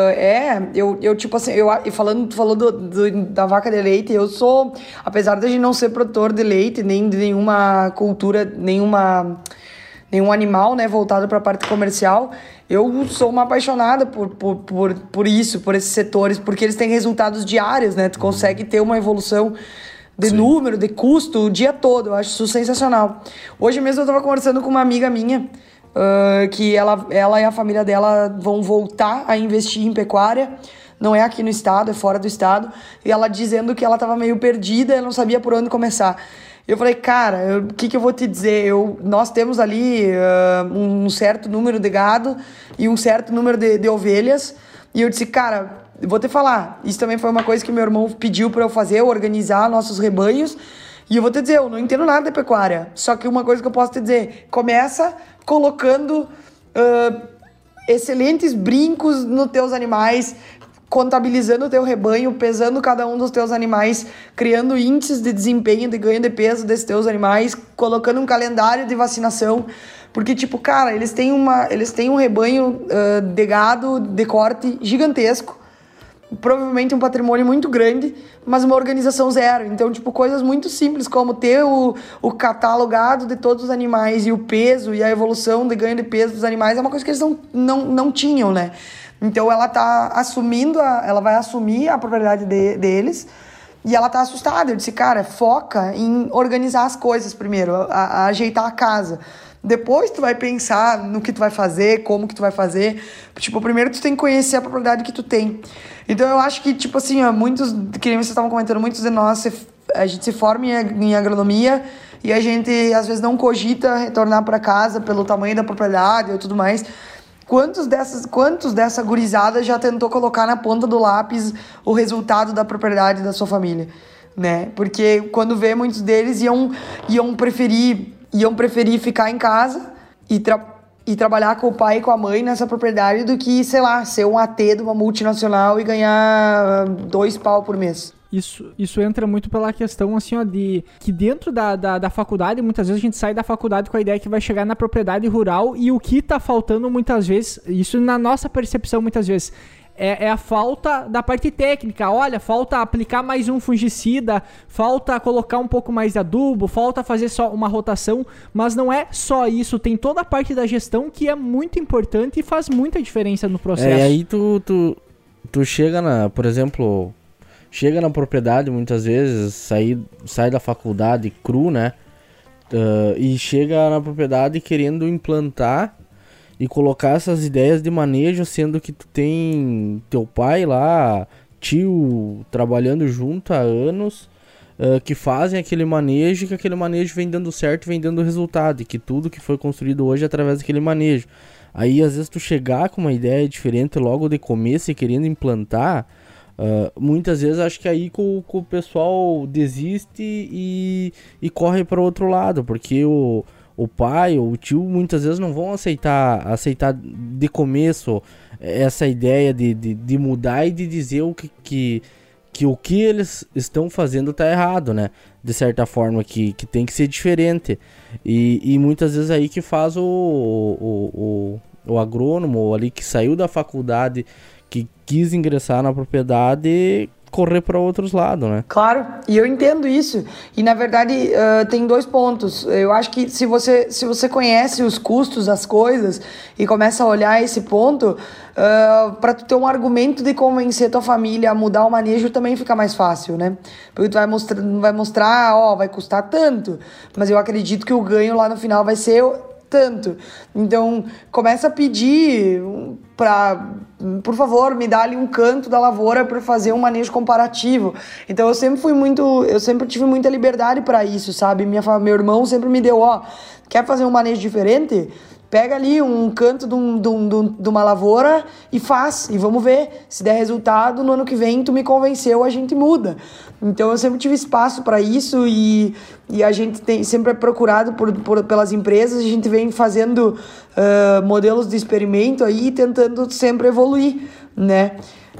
Speaker 1: eu tipo assim, falou da vaca de leite, eu sou, apesar de a gente não ser produtor de leite, nem de nenhuma cultura, nenhum animal, né, voltado para a parte comercial, eu sou uma apaixonada por isso, por esses setores, porque eles têm resultados diários, né? Tu consegue ter uma evolução de Sim. número, de custo, o dia todo. Eu acho isso sensacional. Hoje mesmo eu estava conversando com uma amiga minha, que ela e a família dela vão voltar a investir em pecuária. Não é aqui no estado, é fora do estado. E ela dizendo que ela estava meio perdida, ela não sabia por onde começar. Eu falei, cara, o que eu vou te dizer? Nós temos ali um certo número de gado e um certo número de ovelhas. E eu disse, cara, eu vou te falar, isso também foi uma coisa que meu irmão pediu para eu fazer, organizar nossos rebanhos. E eu vou te dizer, eu não entendo nada de pecuária. Só que uma coisa que eu posso te dizer, começa colocando excelentes brincos nos teus animais, contabilizando o teu rebanho, pesando cada um dos teus animais, criando índices de desempenho, de ganho de peso desses teus animais, colocando um calendário de vacinação, porque, tipo, cara, eles têm um rebanho de gado de corte gigantesco, provavelmente um patrimônio muito grande, mas uma organização zero. Então, tipo, coisas muito simples, como ter o catalogado de todos os animais e o peso e a evolução de ganho de peso dos animais, é uma coisa que eles não tinham, né? Então ela tá assumindo, ela vai assumir a propriedade deles e ela tá assustada. Eu disse, cara, foca em organizar as coisas primeiro, a ajeitar a casa. Depois tu vai pensar no que tu vai fazer, como que tu vai fazer. Tipo, primeiro tu tem que conhecer a propriedade que tu tem. Então eu acho que, tipo assim, ó, muitos, que nem vocês estavam comentando, muitos de nós, a gente se forma em agronomia e a gente às vezes não cogita retornar para casa pelo tamanho da propriedade e tudo mais. Quantos dessa gurizada já tentou colocar na ponta do lápis o resultado da propriedade da sua família, né? Porque quando vê, muitos deles iam preferir ficar em casa e trabalhar com o pai e com a mãe nessa propriedade do que, sei lá, ser um AT de uma multinacional e ganhar 2 pau por mês.
Speaker 2: Isso entra muito pela questão, assim, ó, de que dentro da faculdade, muitas vezes a gente sai da faculdade com a ideia que vai chegar na propriedade rural e o que tá faltando muitas vezes, isso na nossa percepção muitas vezes, é a falta da parte técnica. Olha, falta aplicar mais um fungicida, falta colocar um pouco mais de adubo, falta fazer só uma rotação, mas não é só isso, tem toda a parte da gestão que é muito importante e faz muita diferença no processo.
Speaker 3: E aí tu chega por exemplo, chega na propriedade muitas vezes, sai da faculdade cru, né? E chega na propriedade querendo implantar e colocar essas ideias de manejo, sendo que tu tem teu pai lá, tio, trabalhando junto há anos, que fazem aquele manejo, e que aquele manejo vem dando certo, vem dando resultado, e que tudo que foi construído hoje é através daquele manejo. Aí às vezes tu chegar com uma ideia diferente logo de começo e querendo implantar, muitas vezes acho que aí que o pessoal desiste e corre para o outro lado, porque o pai ou o tio muitas vezes não vão aceitar de começo essa ideia de mudar e de dizer o que o que eles estão fazendo tá errado, né? De certa forma, que tem que ser diferente. E muitas vezes aí que faz o agrônomo ali que saiu da faculdade, que quis ingressar na propriedade, correr para outros lados, né?
Speaker 1: Claro, e eu entendo isso. E na verdade tem 2 pontos. Eu acho que se você conhece os custos das coisas e começa a olhar esse ponto, para tu ter um argumento de convencer tua família a mudar o manejo também fica mais fácil, né? Porque tu vai mostrar, vai custar tanto, mas eu acredito que o ganho lá no final vai ser tanto. Então, começa a pedir por favor, me dá ali um canto da lavoura para fazer um manejo comparativo. Então, eu sempre tive muita liberdade para isso, sabe? Meu irmão sempre me deu, quer fazer um manejo diferente? Pega ali um canto de uma lavoura e faz, e vamos ver. Se der resultado, no ano que vem tu me convenceu, a gente muda. Então eu sempre tive espaço para isso e a gente sempre é procurado pelas empresas, a gente vem fazendo modelos de experimento aí, tentando sempre evoluir, né?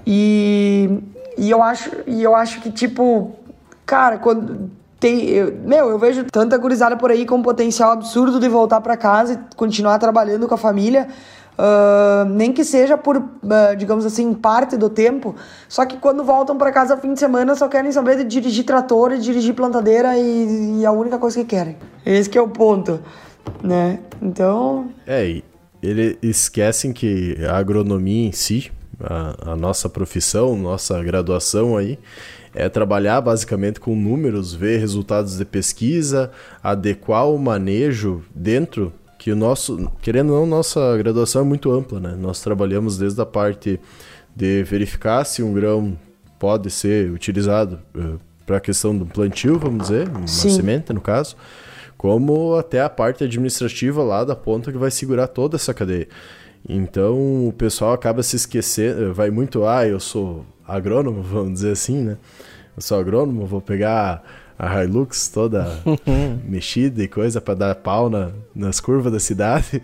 Speaker 1: E eu acho que, tipo, cara, quando... eu vejo tanta gurizada por aí com um potencial absurdo de voltar para casa e continuar trabalhando com a família, nem que seja por, digamos assim, parte do tempo, só que quando voltam para casa fim de semana só querem saber de dirigir trator e dirigir plantadeira e a única coisa que querem. Esse que é o ponto, né? Então...
Speaker 4: eles esquecem que a agronomia em si, a nossa profissão, nossa graduação aí, é trabalhar basicamente com números, ver resultados de pesquisa, adequar o manejo dentro, que o nosso, querendo ou não, nossa graduação é muito ampla, né? Nós trabalhamos desde a parte de verificar se um grão pode ser utilizado para a questão do plantio, vamos dizer, uma semente no caso, como até a parte administrativa lá da ponta que vai segurar toda essa cadeia. Então o pessoal acaba se esquecendo, vai muito, eu sou agrônomo, vamos dizer assim, né? Eu sou agrônomo, vou pegar a Hilux toda mexida e coisa para dar pau nas curvas da cidade,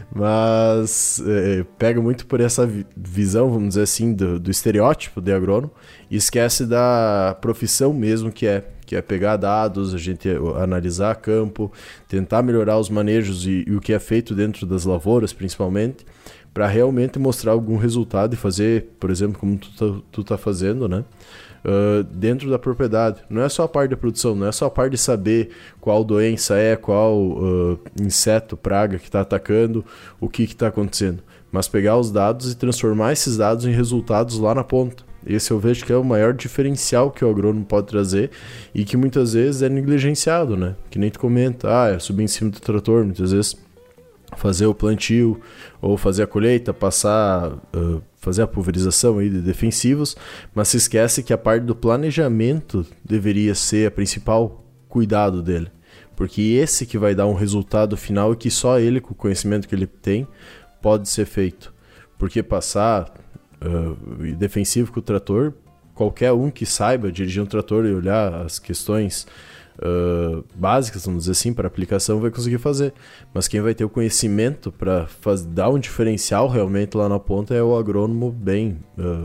Speaker 4: mas pega muito por essa visão, vamos dizer assim, do estereótipo de agrônomo e esquece da profissão mesmo que que é pegar dados, a gente analisar campo, tentar melhorar os manejos e o que é feito dentro das lavouras, principalmente, para realmente mostrar algum resultado e fazer, por exemplo, como tu tá fazendo, né? Dentro da propriedade. Não é só a parte da produção, não é só a parte de saber qual doença qual inseto, praga que está atacando, o que está acontecendo, mas pegar os dados e transformar esses dados em resultados lá na ponta. Esse eu vejo que é o maior diferencial que o agrônomo pode trazer e que muitas vezes é negligenciado, né? Que nem tu comenta, é subir em cima do trator, muitas vezes fazer o plantio ou fazer a colheita, fazer a pulverização aí de defensivos, mas se esquece que a parte do planejamento deveria ser a principal cuidado dele, porque esse que vai dar um resultado final e que só ele, com o conhecimento que ele tem, pode ser feito. Porque passar defensivo com o trator, qualquer um que saiba dirigir um trator e olhar as questões básicas, vamos dizer assim, para aplicação, vai conseguir fazer. Mas quem vai ter o conhecimento para dar um diferencial realmente lá na ponta é o agrônomo bem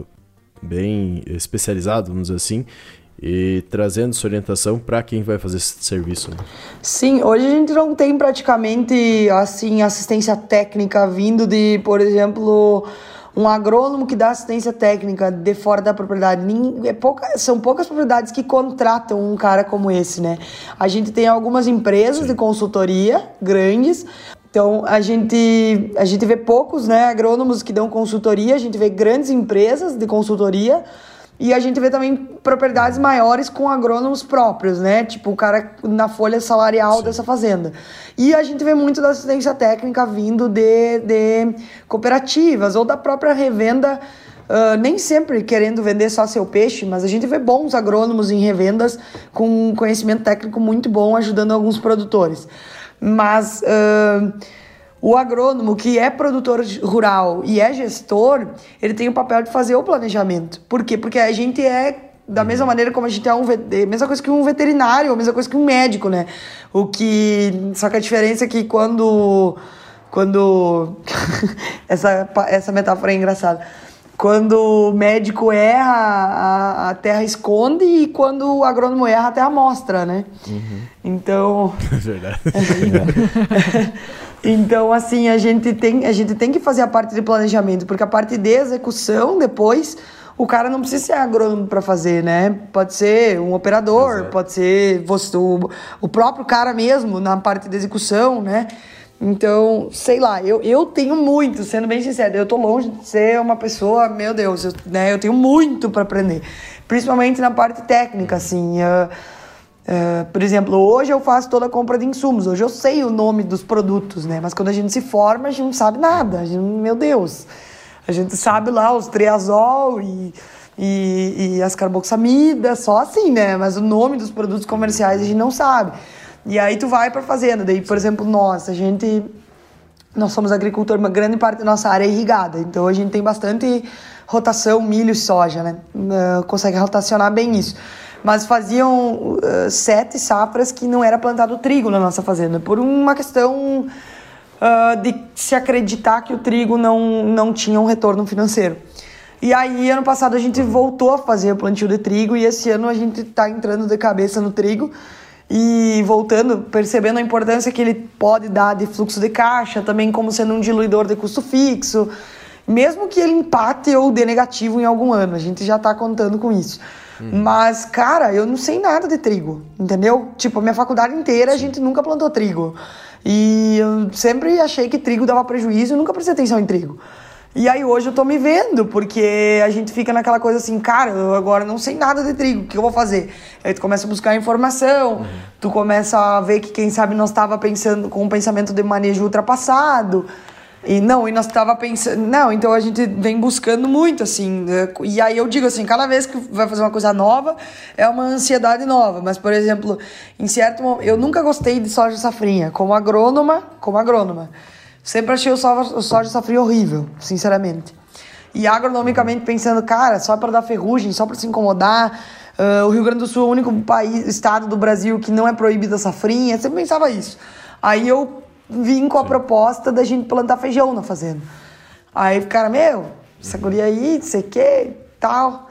Speaker 4: especializado, vamos dizer assim, e trazendo sua orientação para quem vai fazer esse serviço. Né?
Speaker 1: Sim, hoje a gente não tem praticamente assim assistência técnica vindo de, por exemplo, um agrônomo que dá assistência técnica de fora da propriedade. São poucas propriedades que contratam um cara como esse, né? A gente tem algumas empresas de consultoria grandes. Então, a gente vê poucos, né, agrônomos que dão consultoria. A gente vê grandes empresas de consultoria. E a gente vê também propriedades maiores com agrônomos próprios, né? Tipo, o cara na folha salarial dessa fazenda. E a gente vê muito da assistência técnica vindo de cooperativas ou da própria revenda, nem sempre querendo vender só seu peixe, mas a gente vê bons agrônomos em revendas com conhecimento técnico muito bom, ajudando alguns produtores. Mas o agrônomo que é produtor rural e é gestor, ele tem o papel de fazer o planejamento. Por quê? Porque a gente é, da mesma maneira como a gente é a mesma coisa que um veterinário, a mesma coisa que um médico, né? Só que a diferença é que quando essa metáfora é engraçada. Quando o médico erra, a terra esconde, e quando o agrônomo erra, a terra mostra, né? Uhum. Então...
Speaker 4: É verdade.
Speaker 1: Então, assim, a gente tem que fazer a parte de planejamento, porque a parte de execução, depois, o cara não precisa ser agrônomo para fazer, né? Pode ser um operador, pode ser o próprio cara mesmo na parte de execução, né? Então, sei lá, eu tenho muito, sendo bem sincero, eu tô longe de ser uma pessoa, meu Deus, eu tenho muito para aprender, principalmente na parte técnica, assim. Por exemplo, hoje eu faço toda a compra de insumos, hoje eu sei o nome dos produtos, né? Mas quando a gente se forma, a gente não sabe nada, meu Deus. A gente sabe lá os triazol e as carboxamidas, só assim, né? Mas o nome dos produtos comerciais a gente não sabe. E aí tu vai pra fazenda, daí, por exemplo, nós somos agricultores, uma grande parte da nossa área é irrigada, então a gente tem bastante rotação, milho e soja, né? Consegue rotacionar bem isso. Mas faziam 7 safras que não era plantado trigo na nossa fazenda, por uma questão de se acreditar que o trigo não tinha um retorno financeiro. E aí, ano passado, a gente voltou a fazer o plantio de trigo, e esse ano a gente está entrando de cabeça no trigo e voltando, percebendo a importância que ele pode dar de fluxo de caixa, também como sendo um diluidor de custo fixo, mesmo que ele empate ou dê negativo em algum ano, a gente já está contando com isso. Mas, cara, eu não sei nada de trigo, entendeu? Tipo, a minha faculdade inteira a gente nunca plantou trigo. E eu sempre achei que trigo dava prejuízo e nunca prestei atenção em trigo. E aí hoje eu tô me vendo, porque a gente fica naquela coisa assim, cara, eu agora não sei nada de trigo, o que eu vou fazer? Aí tu começa a buscar informação, tu começa a ver que quem sabe nós tava pensando com um pensamento de manejo ultrapassado. E nós tava pensando... então a gente vem buscando muito, assim. E aí eu digo assim, cada vez que vai fazer uma coisa nova, é uma ansiedade nova. Mas, por exemplo, em certo momento... Eu nunca gostei de soja safrinha, como agrônoma. Sempre achei o soja safrinha horrível, sinceramente. E agronomicamente pensando, cara, só para dar ferrugem, só para se incomodar. O Rio Grande do Sul é o único estado do Brasil que não é proibido a safrinha. Eu sempre pensava isso. Aí eu vim com a proposta da gente plantar feijão na fazenda. Aí, cara, essa guria aí, não sei o que, tal.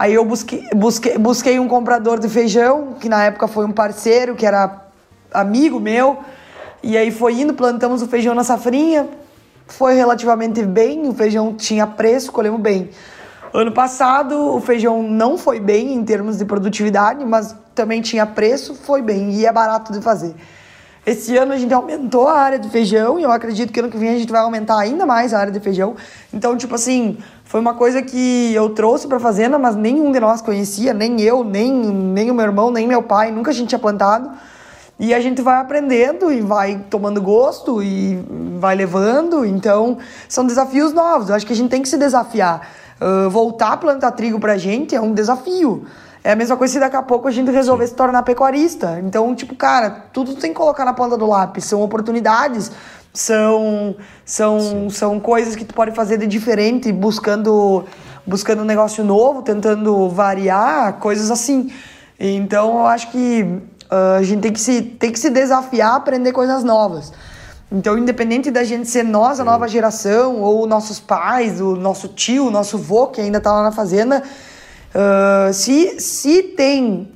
Speaker 1: Aí eu busquei um comprador de feijão, que na época foi um parceiro, que era amigo meu. E aí foi indo, plantamos o feijão na safrinha. Foi relativamente bem, o feijão tinha preço, colhemos bem. Ano passado o feijão não foi bem em termos de produtividade, mas também tinha preço, foi bem e é barato de fazer. Esse ano a gente aumentou a área de feijão e eu acredito que ano que vem a gente vai aumentar ainda mais a área de feijão. Então, tipo assim, foi uma coisa que eu trouxe pra fazenda, mas nenhum de nós conhecia, nem eu, nem o meu irmão, nem meu pai, nunca a gente tinha plantado. E a gente vai aprendendo e vai tomando gosto e vai levando. Então, são desafios novos. Eu acho que a gente tem que se desafiar. Voltar a plantar trigo pra gente é um desafio. É a mesma coisa se daqui a pouco a gente resolver se tornar pecuarista. Então, tipo, cara, tudo tem que colocar na ponta do lápis. São oportunidades, são coisas que tu pode fazer de diferente, buscando um negócio novo, tentando variar, coisas assim. Então, eu acho que a gente tem que se desafiar a aprender coisas novas. Então, independente da gente ser nós, a nova geração, ou nossos pais, o nosso tio, o nosso vô, que ainda tá lá na fazenda, se tem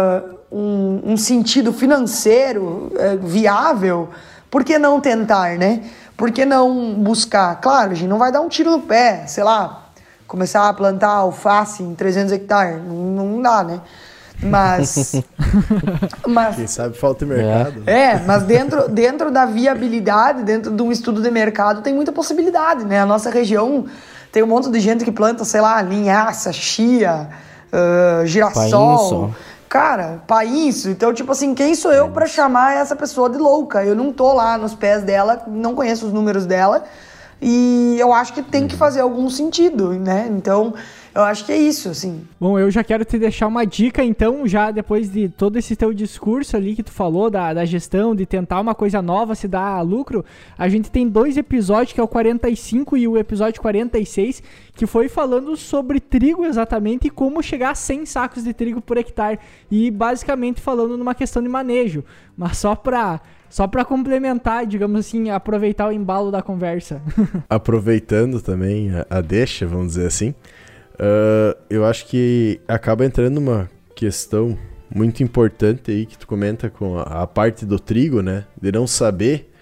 Speaker 1: um sentido financeiro viável, por que não tentar, né? Por que não buscar? Claro, a gente não vai dar um tiro no pé, sei lá, começar a plantar alface em 300 hectares, não dá, né? Mas
Speaker 4: quem sabe falta mercado.
Speaker 1: Mas dentro da viabilidade, dentro de um estudo de mercado, tem muita possibilidade, né? A nossa região tem um monte de gente que planta, sei lá, linhaça, chia, girassol.
Speaker 3: Painço.
Speaker 1: Cara, painço. Então, tipo assim, quem sou eu pra chamar essa pessoa de louca? Eu não tô lá nos pés dela, não conheço os números dela. E eu acho que tem que fazer algum sentido, né? Então, eu acho que é isso, assim.
Speaker 2: Bom, eu já quero te deixar uma dica, então, já depois de todo esse teu discurso ali que tu falou da gestão, de tentar uma coisa nova, se dar lucro, a gente tem 2 episódios, que é o 45 e o episódio 46, que foi falando sobre trigo exatamente e como chegar a 100 sacos de trigo por hectare. E basicamente falando numa questão de manejo, mas só pra complementar, digamos assim, aproveitar o embalo da conversa.
Speaker 4: Aproveitando também a deixa, vamos dizer assim, eu acho que acaba entrando uma questão muito importante aí que tu comenta com a parte do trigo, né? De não saber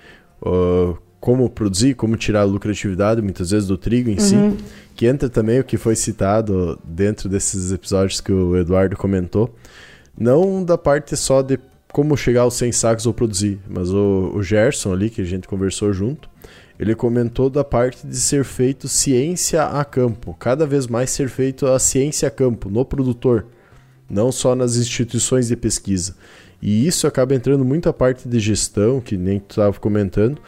Speaker 4: como produzir, como tirar a lucratividade, muitas vezes, do trigo em si. Que entra também o que foi citado dentro desses episódios que o Eduardo comentou. Não da parte só de como chegar aos 100 sacos ou produzir, mas o Gerson ali, que a gente conversou junto, ele comentou da parte de ser feito ciência a campo, cada vez mais ser feito a ciência a campo, no produtor, não só nas instituições de pesquisa. E isso acaba entrando muito a parte de gestão, que nem tu estava comentando,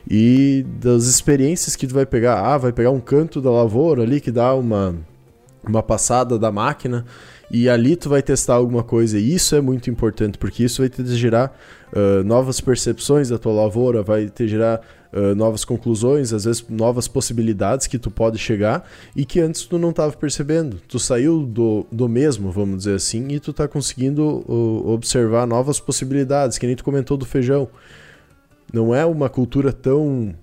Speaker 4: e das experiências que tu vai pegar. Vai pegar um canto da lavoura ali que dá uma passada da máquina, e ali tu vai testar alguma coisa, e isso é muito importante, porque isso vai te gerar novas percepções da tua lavoura, vai te gerar novas conclusões, às vezes novas possibilidades que tu pode chegar, e que antes tu não estava percebendo. Tu saiu do mesmo, vamos dizer assim, e tu tá conseguindo observar novas possibilidades, que nem tu comentou do feijão. Não é uma cultura tão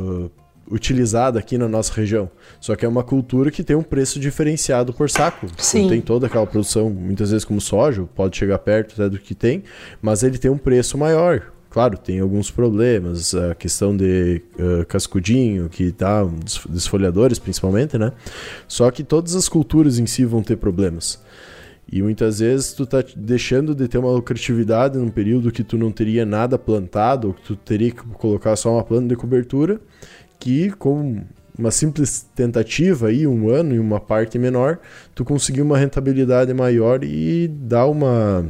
Speaker 4: utilizada aqui na nossa região, só que é uma cultura que tem um preço diferenciado por saco.
Speaker 1: Sim.
Speaker 4: Não tem toda aquela produção, muitas vezes como soja, pode chegar perto até do que tem, mas ele tem um preço maior. Claro, tem alguns problemas, a questão de cascudinho, que dá desfolhadores principalmente, né? Só que todas as culturas em si vão ter problemas. E muitas vezes tu tá deixando de ter uma lucratividade num período que tu não teria nada plantado, ou que tu teria que colocar só uma planta de cobertura, que com uma simples tentativa aí, um ano e uma parte menor, tu conseguir uma rentabilidade maior e dar uma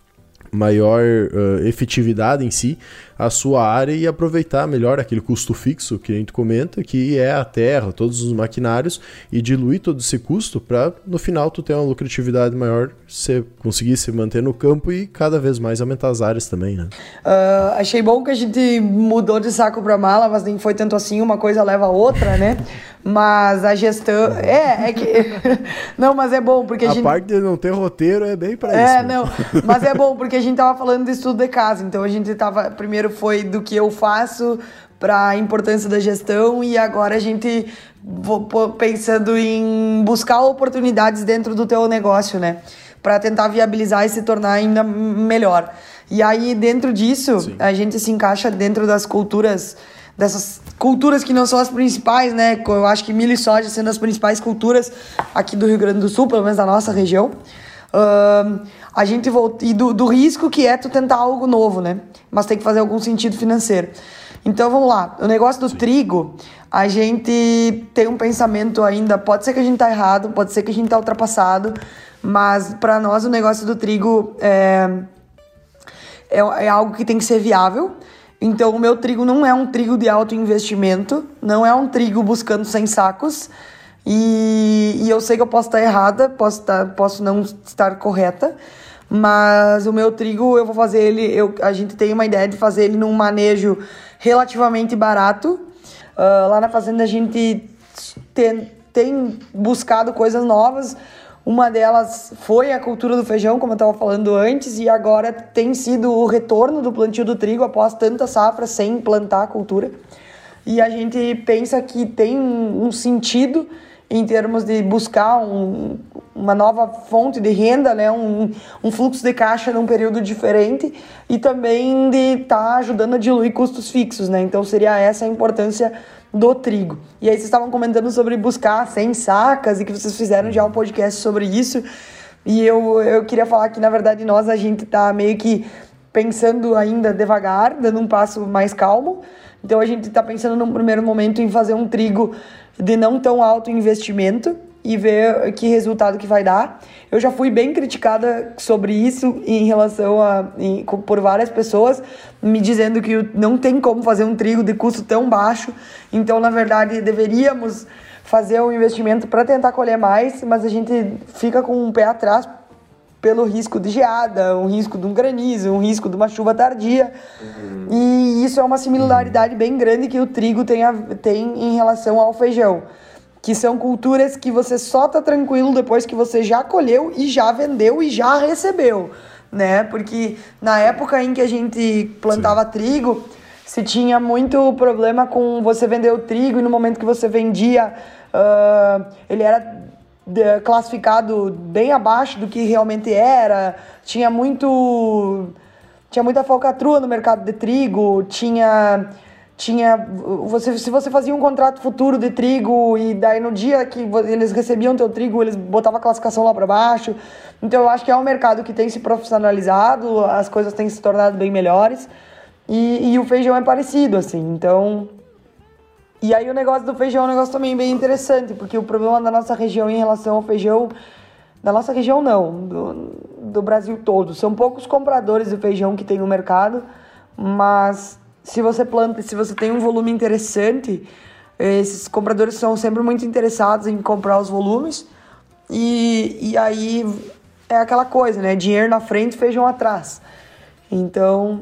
Speaker 4: maior efetividade em si a sua área e aproveitar melhor aquele custo fixo que a gente comenta, que é a terra, todos os maquinários, e diluir todo esse custo para no final tu ter uma lucratividade maior, você conseguir se manter no campo e cada vez mais aumentar as áreas também, né?
Speaker 1: Achei bom que a gente mudou de saco para mala, mas nem foi tanto assim, uma coisa leva a outra, né? Mas a gestão... É que... Não, mas é bom, porque a gente...
Speaker 4: A parte de não ter roteiro é bem para isso.
Speaker 1: Não, mas é bom, porque a gente tava falando de estudo de casa, então a gente tava... Primeiro foi do que eu faço para a importância da gestão, e agora a gente pensando em buscar oportunidades dentro do teu negócio, né? Para tentar viabilizar e se tornar ainda melhor. E aí, dentro disso, sim, a gente se encaixa dentro das culturas, dessas culturas que não são as principais, né? Eu acho que milho e soja sendo as principais culturas aqui do Rio Grande do Sul, pelo menos da nossa região. A gente volta, e do risco que é tu tentar algo novo, né? Mas tem que fazer algum sentido financeiro. Então, vamos lá. O negócio do trigo, a gente tem um pensamento ainda, pode ser que a gente tá errado, pode ser que a gente tá ultrapassado, mas para nós o negócio do trigo é algo que tem que ser viável. Então, o meu trigo não é um trigo de alto investimento, não é um trigo buscando 100 sacos, e eu sei que eu posso estar errada, posso não estar correta, mas o meu trigo eu vou fazer ele, a gente tem uma ideia de fazer ele num manejo relativamente barato. Lá na fazenda a gente tem buscado coisas novas. Uma delas foi a cultura do feijão, como eu estava falando antes, e agora tem sido o retorno do plantio do trigo após tantas safras sem plantar a cultura. E a gente pensa que tem um sentido em termos de buscar uma nova fonte de renda, né? um fluxo de caixa num período diferente, e também de estar ajudando a diluir custos fixos, né? Então seria essa a importância do trigo. E aí vocês estavam comentando sobre buscar 100 sacas e que vocês fizeram já um podcast sobre isso, e eu queria falar que na verdade a gente tá meio que pensando ainda devagar, dando um passo mais calmo. Então a gente tá pensando num primeiro momento em fazer um trigo de não tão alto investimento e ver que resultado que vai dar. Eu já fui bem criticada sobre isso em relação por várias pessoas, me dizendo que não tem como fazer um trigo de custo tão baixo. Então, na verdade, deveríamos fazer um investimento para tentar colher mais, mas a gente fica com um pé atrás pelo risco de geada, um risco de um granizo, um risco de uma chuva tardia. E isso é uma similaridade bem grande que o trigo tem em relação ao feijão, que são culturas que você só tá tranquilo depois que você já colheu e já vendeu e já recebeu, né? Porque na época em que a gente plantava trigo, se tinha muito problema com você vender o trigo, e no momento que você vendia, ele era classificado bem abaixo do que realmente era, tinha muita falcatrua no mercado de trigo, se você fazia um contrato futuro de trigo e daí no dia que eles recebiam teu trigo, eles botavam a classificação lá para baixo. Então eu acho que é um mercado que tem se profissionalizado, as coisas têm se tornado bem melhores, e o feijão é parecido, assim, então... E aí o negócio do feijão é um negócio também bem interessante, porque o problema da nossa região em relação ao feijão, da nossa região não, do Brasil todo, são poucos compradores de feijão que tem no mercado, mas se você planta, se você tem um volume interessante, esses compradores são sempre muito interessados em comprar os volumes, e aí é aquela coisa, né, dinheiro na frente, feijão atrás. Então...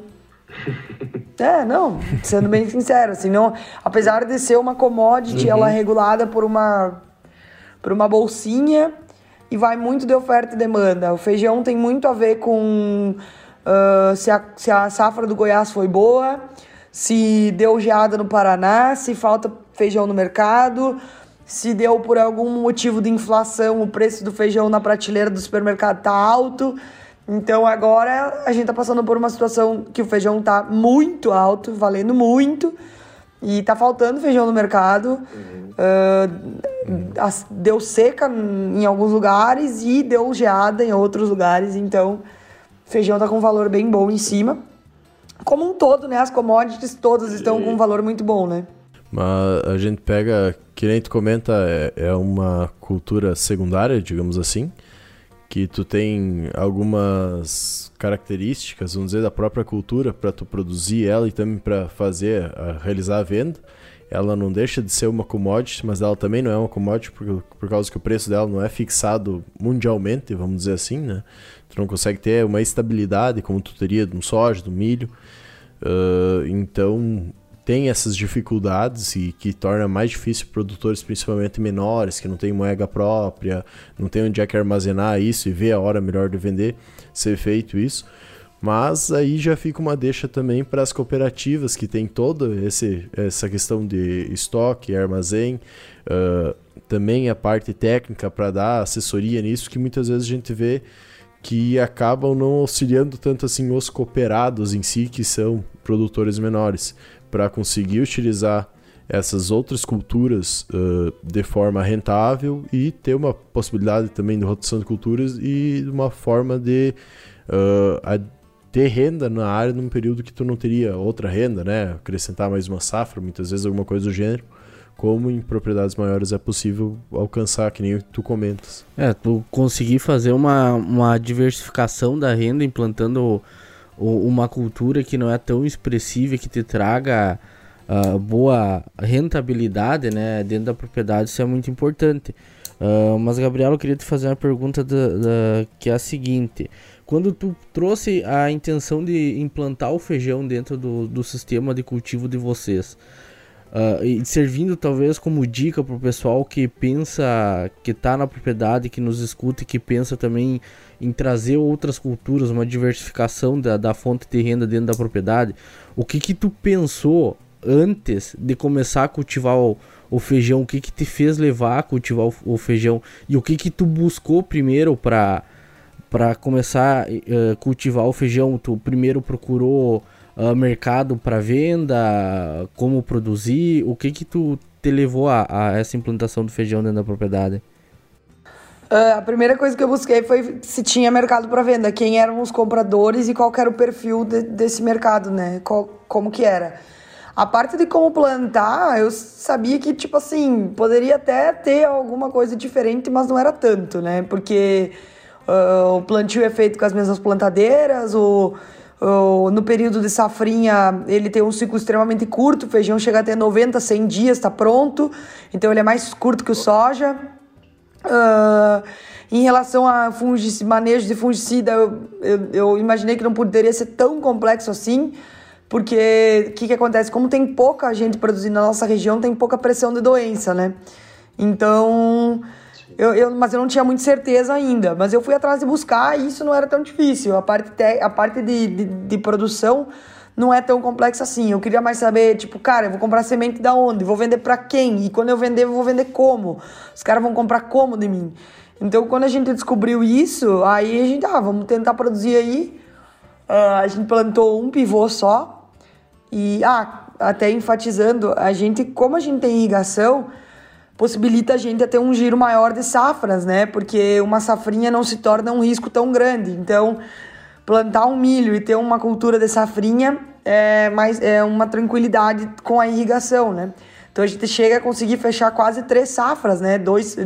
Speaker 1: sendo bem sincero, assim, não, apesar de ser uma commodity, ela é regulada por uma bolsinha e vai muito de oferta e demanda. O feijão tem muito a ver com se a safra do Goiás foi boa, se deu geada no Paraná, se falta feijão no mercado, se deu por algum motivo de inflação, o preço do feijão na prateleira do supermercado tá alto. Então agora a gente tá passando por uma situação que o feijão tá muito alto, valendo muito, e tá faltando feijão no mercado. Deu seca em alguns lugares e deu geada em outros lugares, então feijão tá com um valor bem bom em cima. Como um todo, né? As commodities todas estão com um valor muito bom, né?
Speaker 4: Mas a gente pega, que nem tu comenta, é uma cultura secundária, digamos assim, que tu tem algumas características, vamos dizer, da própria cultura para tu produzir ela e também para realizar a venda. Ela não deixa de ser uma commodity, mas ela também não é uma commodity por causa que o preço dela não é fixado mundialmente, vamos dizer assim, né? Tu não consegue ter uma estabilidade como tu teria de um soja, do milho. Então tem essas dificuldades e que torna mais difícil produtores principalmente menores, que não tem moeda própria, não tem onde é que armazenar isso e ver a hora melhor de vender, ser feito isso. Mas aí já fica uma deixa também para as cooperativas que tem toda essa questão de estoque, armazém, também a parte técnica para dar assessoria nisso, que muitas vezes a gente vê que acabam não auxiliando tanto assim os cooperados em si, que são produtores menores, para conseguir utilizar essas outras culturas de forma rentável e ter uma possibilidade também de rotação de culturas e uma forma de ter renda na área num período que tu não teria outra renda, né? Acrescentar mais uma safra, muitas vezes alguma coisa do gênero, como em propriedades maiores é possível alcançar, que nem tu comentas.
Speaker 3: Tu conseguir fazer uma diversificação da renda implantando uma cultura que não é tão expressiva, que te traga boa rentabilidade, né, dentro da propriedade, isso é muito importante. Mas, Gabriel, eu queria te fazer uma pergunta que é a seguinte: quando tu trouxe a intenção de implantar o feijão dentro do sistema de cultivo de vocês, e servindo talvez como dica para o pessoal que pensa, que está na propriedade, que nos escuta e que pensa também em trazer outras culturas, uma diversificação da fonte de renda dentro da propriedade, o que tu pensou antes de começar a cultivar o feijão? O que te fez levar a cultivar o feijão? E o que tu buscou primeiro para começar a cultivar o feijão? Tu primeiro procurou mercado para venda, como produzir? O que tu te levou a essa implantação do feijão dentro da propriedade?
Speaker 1: A primeira coisa que eu busquei foi se tinha mercado para venda, quem eram os compradores e qual que era o perfil desse mercado, né? Como que era. A parte de como plantar, eu sabia que, tipo assim, poderia até ter alguma coisa diferente, mas não era tanto, né? Porque o plantio é feito com as mesmas plantadeiras, no período de safrinha ele tem um ciclo extremamente curto, o feijão chega a ter 90, 100 dias, tá pronto, então ele é mais curto que o soja. Em relação a manejo de fungicida, eu imaginei que não poderia ser tão complexo assim, porque o que acontece? Como tem pouca gente produzindo na nossa região, tem pouca pressão de doença, né? Então, mas eu não tinha muita certeza ainda, mas eu fui atrás de buscar e isso não era tão difícil. A parte de produção não é tão complexa assim. Eu queria mais saber, tipo, cara, eu vou comprar semente da onde? Vou vender pra quem? E quando eu vender, eu vou vender como? Os caras vão comprar como de mim? Então, quando a gente descobriu isso, aí a gente, vamos tentar produzir aí. A gente plantou um pivô só. E, até enfatizando, como a gente tem irrigação, possibilita a gente a ter um giro maior de safras, né? Porque uma safrinha não se torna um risco tão grande. Então, plantar um milho e ter uma cultura de safrinha é uma tranquilidade com a irrigação, né? Então a gente chega a conseguir fechar quase 3 safras, né?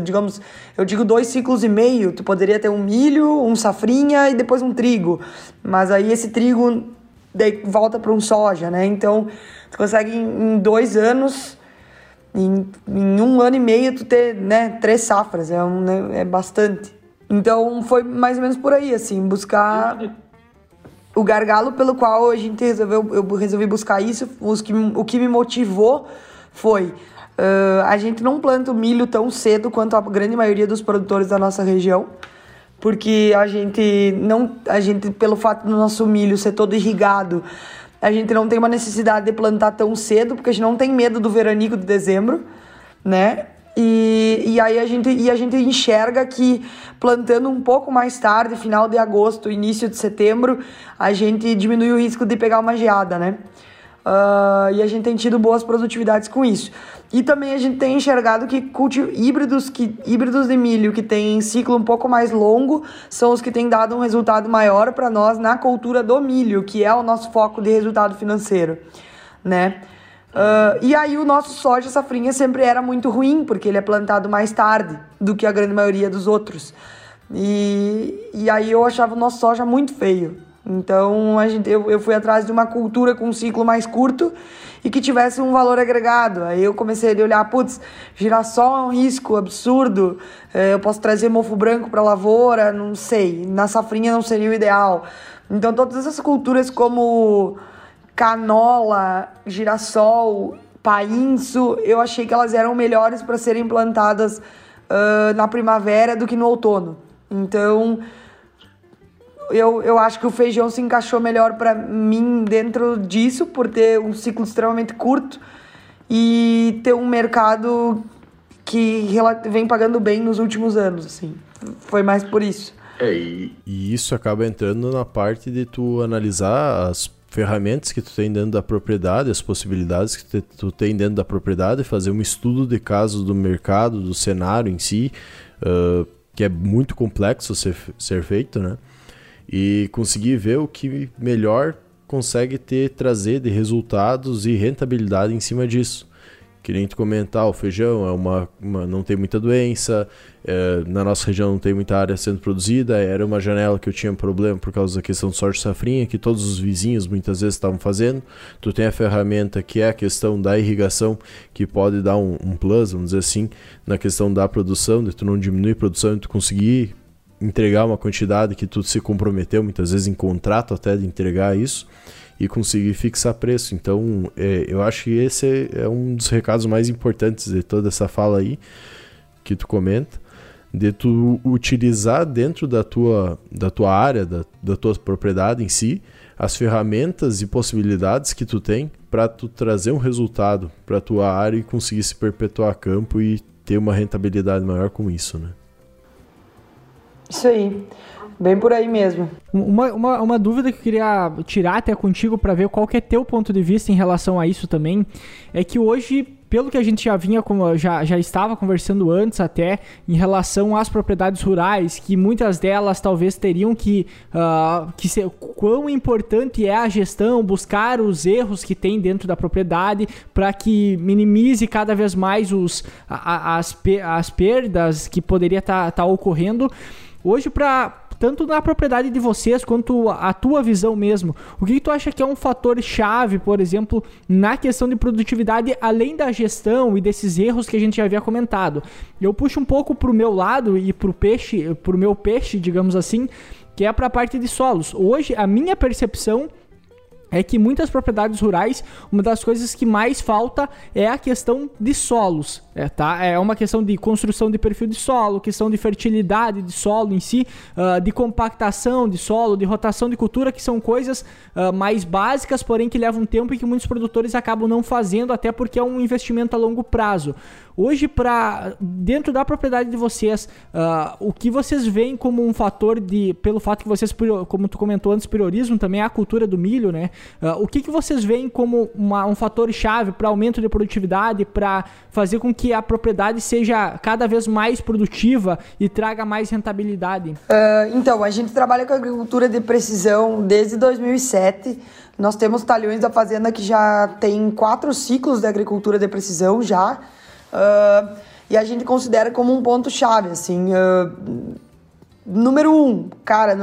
Speaker 1: Eu digo 2 ciclos e meio. Tu poderia ter um milho, um safrinha e depois um trigo. Mas aí esse trigo daí volta para um soja, né? Então tu consegue em 2 anos, em 1 ano e meio, tu ter, né, 3 safras. É bastante. Então foi mais ou menos por aí, assim, buscar o gargalo pelo qual eu resolvi buscar isso. O que me motivou foi a gente não planta o milho tão cedo quanto a grande maioria dos produtores da nossa região, porque a gente pelo fato do nosso milho ser todo irrigado, a gente não tem uma necessidade de plantar tão cedo, porque a gente não tem medo do veranico de dezembro, né? E aí a gente enxerga que plantando um pouco mais tarde, final de agosto, início de setembro, a gente diminui o risco de pegar uma geada, né? E a gente tem tido boas produtividades com isso. E também a gente tem enxergado que híbridos de milho que tem ciclo um pouco mais longo são os que têm dado um resultado maior para nós na cultura do milho, que é o nosso foco de resultado financeiro, né? E aí o nosso soja safrinha sempre era muito ruim, porque ele é plantado mais tarde do que a grande maioria dos outros. E aí eu achava o nosso soja muito feio. Então eu fui atrás de uma cultura com um ciclo mais curto e que tivesse um valor agregado. Aí eu comecei a olhar, girassol é um risco absurdo, eu posso trazer mofo branco para a lavoura, não sei, na safrinha não seria o ideal. Então todas essas culturas como canola, girassol, painço, eu achei que elas eram melhores para serem plantadas na primavera do que no outono. Então eu acho que o feijão se encaixou melhor para mim dentro disso, por ter um ciclo extremamente curto e ter um mercado que vem pagando bem nos últimos anos, assim. Foi mais por isso.
Speaker 4: E isso acaba entrando na parte de tu analisar as ferramentas que tu tem dentro da propriedade, as possibilidades que tu tem dentro da propriedade, fazer um estudo de casos do mercado, do cenário em si, que é muito complexo ser feito, né? E conseguir ver o que melhor consegue trazer de resultados e rentabilidade em cima disso. Que nem tu comentar, o feijão não tem muita doença, na nossa região não tem muita área sendo produzida, era uma janela que eu tinha problema por causa da questão do sorte-safrinha, que todos os vizinhos muitas vezes estavam fazendo. Tu tem a ferramenta que é a questão da irrigação, que pode dar um plus, vamos dizer assim, na questão da produção, de tu não diminuir a produção e tu conseguir entregar uma quantidade que tu se comprometeu, muitas vezes em contrato até, de entregar isso, e conseguir fixar preço. Então, eu acho que esse é um dos recados mais importantes de toda essa fala aí, que tu comenta, de tu utilizar dentro da tua área, da tua propriedade em si, as ferramentas e possibilidades que tu tem para tu trazer um resultado para a tua área e conseguir se perpetuar a campo e ter uma rentabilidade maior com isso, né?
Speaker 1: Isso aí. Bem por aí mesmo.
Speaker 2: Uma dúvida que eu queria tirar até contigo para ver qual que é teu ponto de vista em relação a isso também, é que hoje, pelo que a gente já estava conversando antes até, em relação às propriedades rurais, que muitas delas talvez teriam que ser, quão importante é a gestão, buscar os erros que tem dentro da propriedade para que minimize cada vez mais as perdas que poderia estar ocorrendo. Hoje, tanto na propriedade de vocês quanto a tua visão mesmo, o que tu acha que é um fator chave, por exemplo, na questão de produtividade, além da gestão e desses erros que a gente já havia comentado? Eu puxo um pouco pro meu lado e pro meu peixe, digamos assim, que é para a parte de solos. Hoje, a minha percepção é que muitas propriedades rurais, uma das coisas que mais falta é a questão de solos, tá? É uma questão de construção de perfil de solo, questão de fertilidade de solo em si, de compactação de solo, de rotação de cultura, que são coisas mais básicas, porém que levam tempo e que muitos produtores acabam não fazendo, até porque é um investimento a longo prazo. Hoje, dentro da propriedade de vocês, o que vocês veem como um fator pelo fato que vocês, como tu comentou antes, priorizam também a cultura do milho, né? O que vocês veem como um fator chave para aumento de produtividade, para fazer com que a propriedade seja cada vez mais produtiva e traga mais rentabilidade?
Speaker 1: Então, a gente trabalha com agricultura de precisão desde 2007. Nós temos talhões da fazenda que já tem 4 ciclos de agricultura de precisão já. E a gente considera como um ponto-chave, assim. Número 1,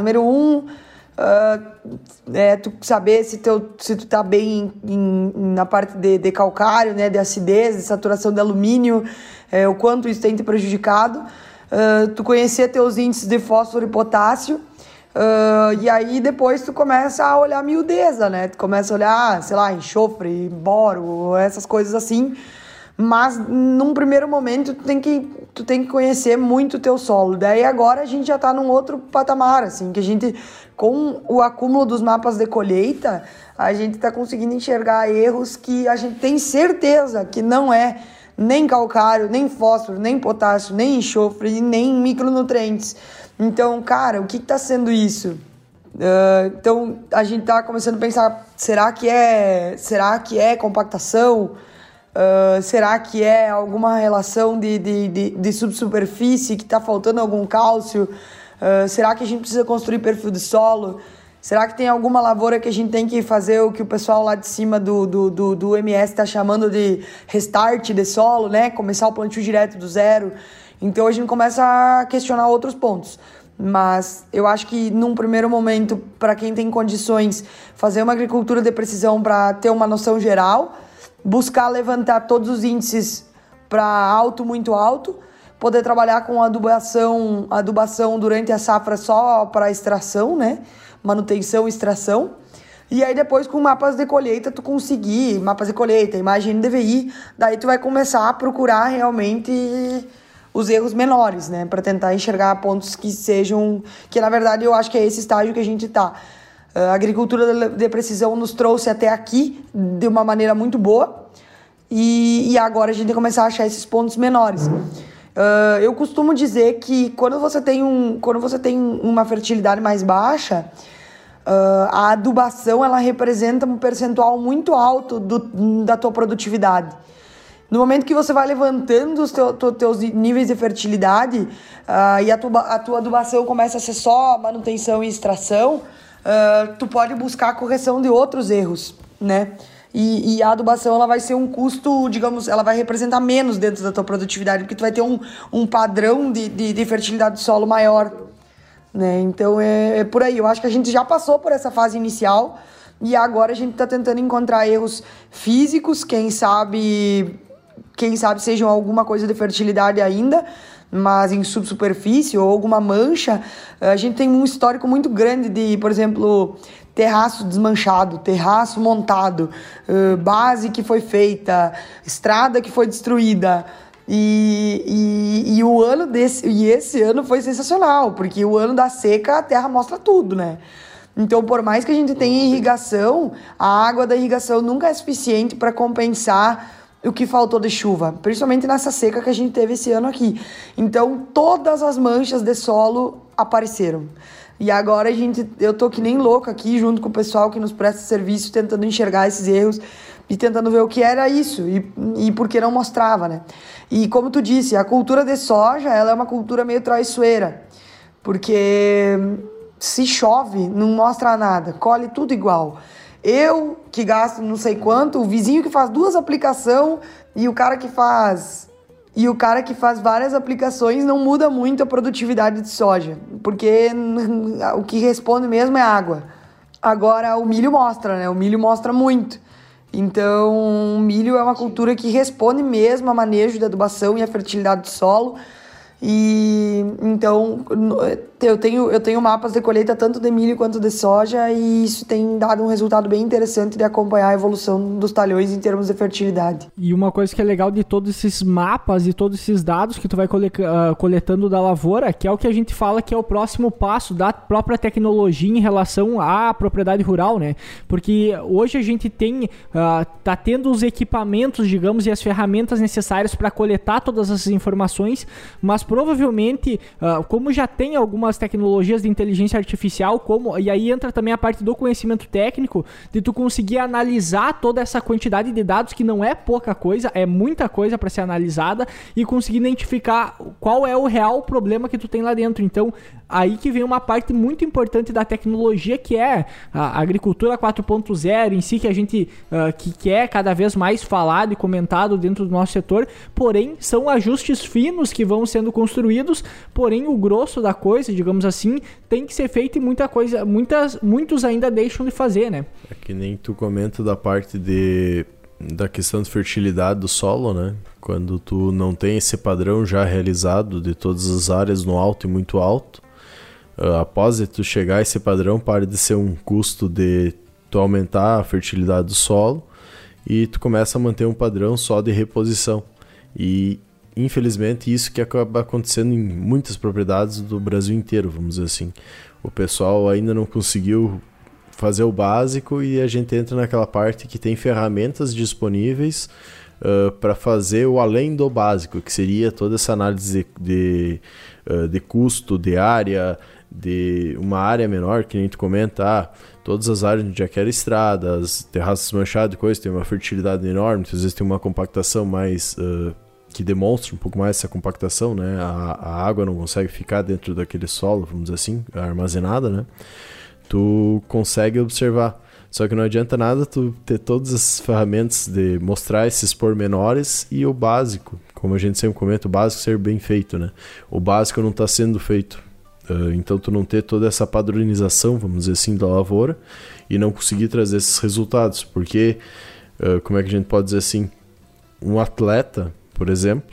Speaker 1: tu saber se tu tá bem na parte de calcário, né, de acidez, de saturação de alumínio, o quanto isso tem te prejudicado, tu conhecer teus índices de fósforo e potássio, e aí depois tu começa a olhar a miudeza, né, tu começa a olhar, sei lá, enxofre, boro, essas coisas assim. Mas, num primeiro momento, tu tem que conhecer muito o teu solo. Daí, agora, a gente já tá num outro patamar, assim, que a gente, com o acúmulo dos mapas de colheita, a gente tá conseguindo enxergar erros que a gente tem certeza que não é nem calcário, nem fósforo, nem potássio, nem enxofre e nem micronutrientes. Então, cara, o que tá sendo isso? Então, a gente tá começando a pensar, será que é compactação? Será que é alguma relação de subsuperfície, que está faltando algum cálcio? Será que a gente precisa construir perfil de solo? Será que tem alguma lavoura que a gente tem que fazer o que o pessoal lá de cima do MS está chamando de restart de solo, né? Começar o plantio direto do zero. Então a gente começa a questionar outros pontos. Mas eu acho que num primeiro momento, para quem tem condições, fazer uma agricultura de precisão para ter uma noção geral, buscar levantar todos os índices para alto, muito alto, poder trabalhar com adubação durante a safra só para extração, né? Manutenção e extração. E aí depois com mapas de colheita, mapas de colheita, imagem NDVI, daí tu vai começar a procurar realmente os erros menores, né? Para tentar enxergar pontos que na verdade eu acho que é esse estágio que a gente está. A agricultura de precisão nos trouxe até aqui de uma maneira muito boa e agora a gente tem que começar a achar esses pontos menores. Eu costumo dizer que quando você tem uma fertilidade mais baixa, a adubação ela representa um percentual muito alto da tua produtividade. No momento que você vai levantando os teus níveis de fertilidade e a tua adubação começa a ser só manutenção e extração, tu pode buscar a correção de outros erros, né? E a adubação ela vai ser um custo, digamos, ela vai representar menos dentro da tua produtividade, porque tu vai ter um padrão de fertilidade do solo maior, né? Então é por aí. Eu acho que a gente já passou por essa fase inicial e agora a gente está tentando encontrar erros físicos, quem sabe sejam alguma coisa de fertilidade ainda, mas em subsuperfície ou alguma mancha. A gente tem um histórico muito grande de, por exemplo, terraço desmanchado, terraço montado, base que foi feita, estrada que foi destruída. E esse ano foi sensacional, porque o ano da seca a terra mostra tudo, né? Então, por mais que a gente tenha irrigação, a água da irrigação nunca é suficiente para compensar o que faltou de chuva, principalmente nessa seca que a gente teve esse ano aqui. Então, todas as manchas de solo apareceram. E agora eu tô que nem louca aqui, junto com o pessoal que nos presta serviço, tentando enxergar esses erros e tentando ver o que era isso e por que não mostrava, né? E como tu disse, a cultura de soja, ela é uma cultura meio traiçoeira, porque se chove, não mostra nada, colhe tudo igual. Eu, que gasto não sei quanto, o vizinho que faz 2 aplicações e o cara que faz várias aplicações, não muda muito a produtividade de soja, porque o que responde mesmo é água. Agora, o milho mostra, né? O milho mostra muito. Então, o milho é uma cultura que responde mesmo a manejo da adubação e a fertilidade do solo. E então eu tenho mapas de colheita tanto de milho quanto de soja e isso tem dado um resultado bem interessante de acompanhar a evolução dos talhões em termos de fertilidade.
Speaker 2: E uma coisa que é legal de todos esses mapas e todos esses dados que tu vai coletando da lavoura, que é o que a gente fala que é o próximo passo da própria tecnologia em relação à propriedade rural, né? Porque hoje a gente tá tendo os equipamentos, digamos, e as ferramentas necessárias para coletar todas essas informações, mas provavelmente, como já tem algumas tecnologias de inteligência artificial, e aí entra também a parte do conhecimento técnico, de tu conseguir analisar toda essa quantidade de dados, que não é pouca coisa, é muita coisa para ser analisada, e conseguir identificar qual é o real problema que tu tem lá dentro. Então, aí que vem uma parte muito importante da tecnologia, que é a agricultura 4.0 em si, que a gente que é cada vez mais falado e comentado dentro do nosso setor, porém são ajustes finos que vão sendo construídos, porém o grosso da coisa, digamos assim, tem que ser feito e muitos ainda deixam de fazer, né?
Speaker 4: É que nem tu comenta da parte da questão de fertilidade do solo, né? Quando tu não tem esse padrão já realizado de todas as áreas no alto e muito alto, após tu chegar a esse padrão, para de ser um custo de tu aumentar a fertilidade do solo e tu começa a manter um padrão só de reposição. E infelizmente isso que acaba acontecendo em muitas propriedades do Brasil inteiro, vamos dizer assim. O pessoal ainda não conseguiu fazer o básico e a gente entra naquela parte que tem ferramentas disponíveis para fazer o além do básico, que seria toda essa análise de custo, de área, de uma área menor, que nem tu comenta, todas as áreas onde já quer estradas, terraços manchados e coisa, tem uma fertilidade enorme, às vezes tem uma compactação mais que demonstra um pouco mais essa compactação, né? A água não consegue ficar dentro daquele solo, vamos dizer assim, armazenada, né? Tu consegue observar. Só que não adianta nada tu ter todas as ferramentas de mostrar esses pormenores e o básico, como a gente sempre comenta, o básico ser bem feito, né? O básico não está sendo feito. Então tu não ter toda essa padronização, vamos dizer assim, da lavoura e não conseguir trazer esses resultados. Porque, como é que a gente pode dizer assim, um atleta, por exemplo,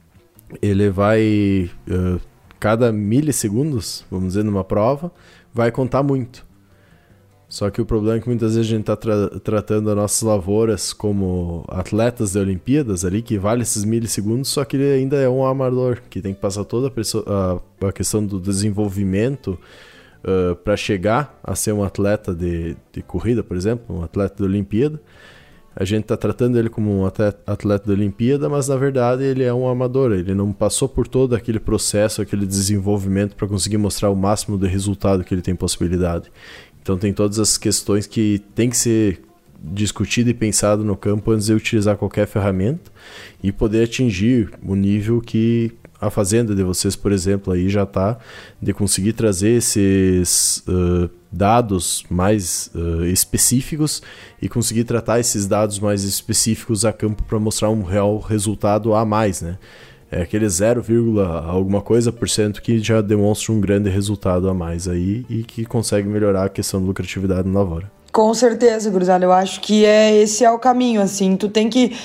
Speaker 4: ele vai, cada milissegundos, vamos dizer, numa prova, vai contar muito. Só que o problema é que muitas vezes a gente está tratando as nossas lavouras como atletas de Olimpíadas ali, que vale esses milissegundos, só que ele ainda é um amador, que tem que passar toda a questão do desenvolvimento para chegar a ser um atleta de corrida, por exemplo, um atleta de Olimpíada. A gente está tratando ele como um atleta da Olimpíada, mas na verdade ele é um amador, ele não passou por todo aquele processo, aquele desenvolvimento para conseguir mostrar o máximo de resultado que ele tem possibilidade. Então tem todas as questões que tem que ser discutido e pensado no campo antes de utilizar qualquer ferramenta e poder atingir o nível que a fazenda de vocês, por exemplo, aí já está, de conseguir trazer esses dados mais específicos e conseguir tratar esses dados mais específicos a campo para mostrar um real resultado a mais, né? É aquele 0, alguma coisa por cento que já demonstra um grande resultado a mais aí e que consegue melhorar a questão de lucratividade na lavoura.
Speaker 1: Com certeza, gurizada. Eu acho que esse é o caminho, assim. Tu tem que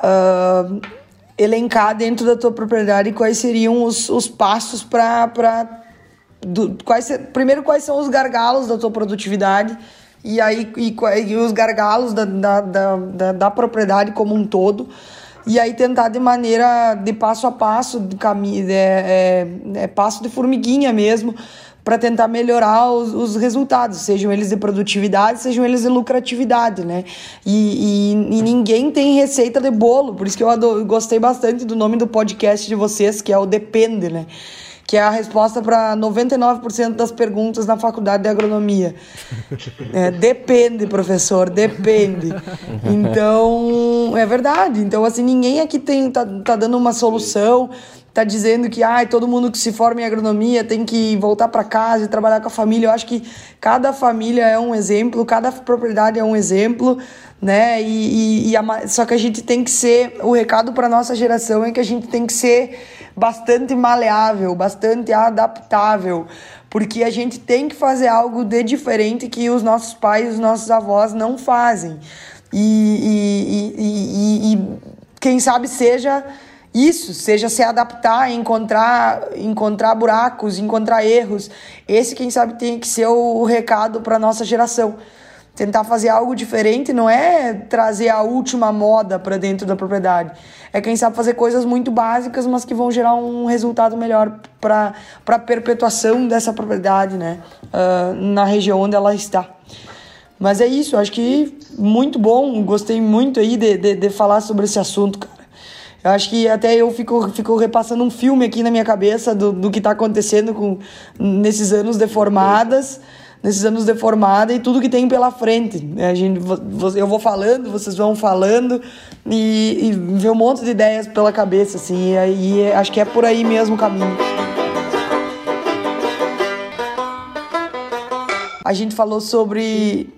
Speaker 1: elencar dentro da tua propriedade quais seriam os passos primeiro, quais são os gargalos da tua produtividade e os gargalos da propriedade como um todo. E aí tentar de maneira de passo a passo, de caminho, passo de formiguinha mesmo, para tentar melhorar os resultados, sejam eles de produtividade, sejam eles de lucratividade, né? E ninguém tem receita de bolo, por isso que eu gostei bastante do nome do podcast de vocês, que é o Depende, né? Que é a resposta para 99% das perguntas na faculdade de agronomia. Depende, professor, depende. Então, é verdade. Então, assim, ninguém aqui tá dando uma solução, tá dizendo que todo mundo que se forma em agronomia tem que voltar para casa e trabalhar com a família. Eu acho que cada família é um exemplo, cada propriedade é um exemplo, né? Só que a gente tem que ser... O recado para nossa geração é que a gente tem que ser bastante maleável, bastante adaptável, porque a gente tem que fazer algo de diferente que os nossos pais, os nossos avós não fazem. E quem sabe seja se adaptar, encontrar buracos, encontrar erros. Esse, quem sabe, tem que ser o recado para nossa geração. Tentar fazer algo diferente não é trazer a última moda para dentro da propriedade. É, quem sabe, fazer coisas muito básicas, mas que vão gerar um resultado melhor para a perpetuação dessa propriedade, né? Na região onde ela está. Mas é isso, acho que muito bom. Gostei muito aí de falar sobre esse assunto, cara. Eu acho que até eu fico repassando um filme aqui na minha cabeça do que está acontecendo nesses anos de formada e tudo que tem pela frente. Eu vou falando, vocês vão falando e vê um monte de ideias pela cabeça, assim, e aí acho que é por aí mesmo o caminho. A gente falou sobre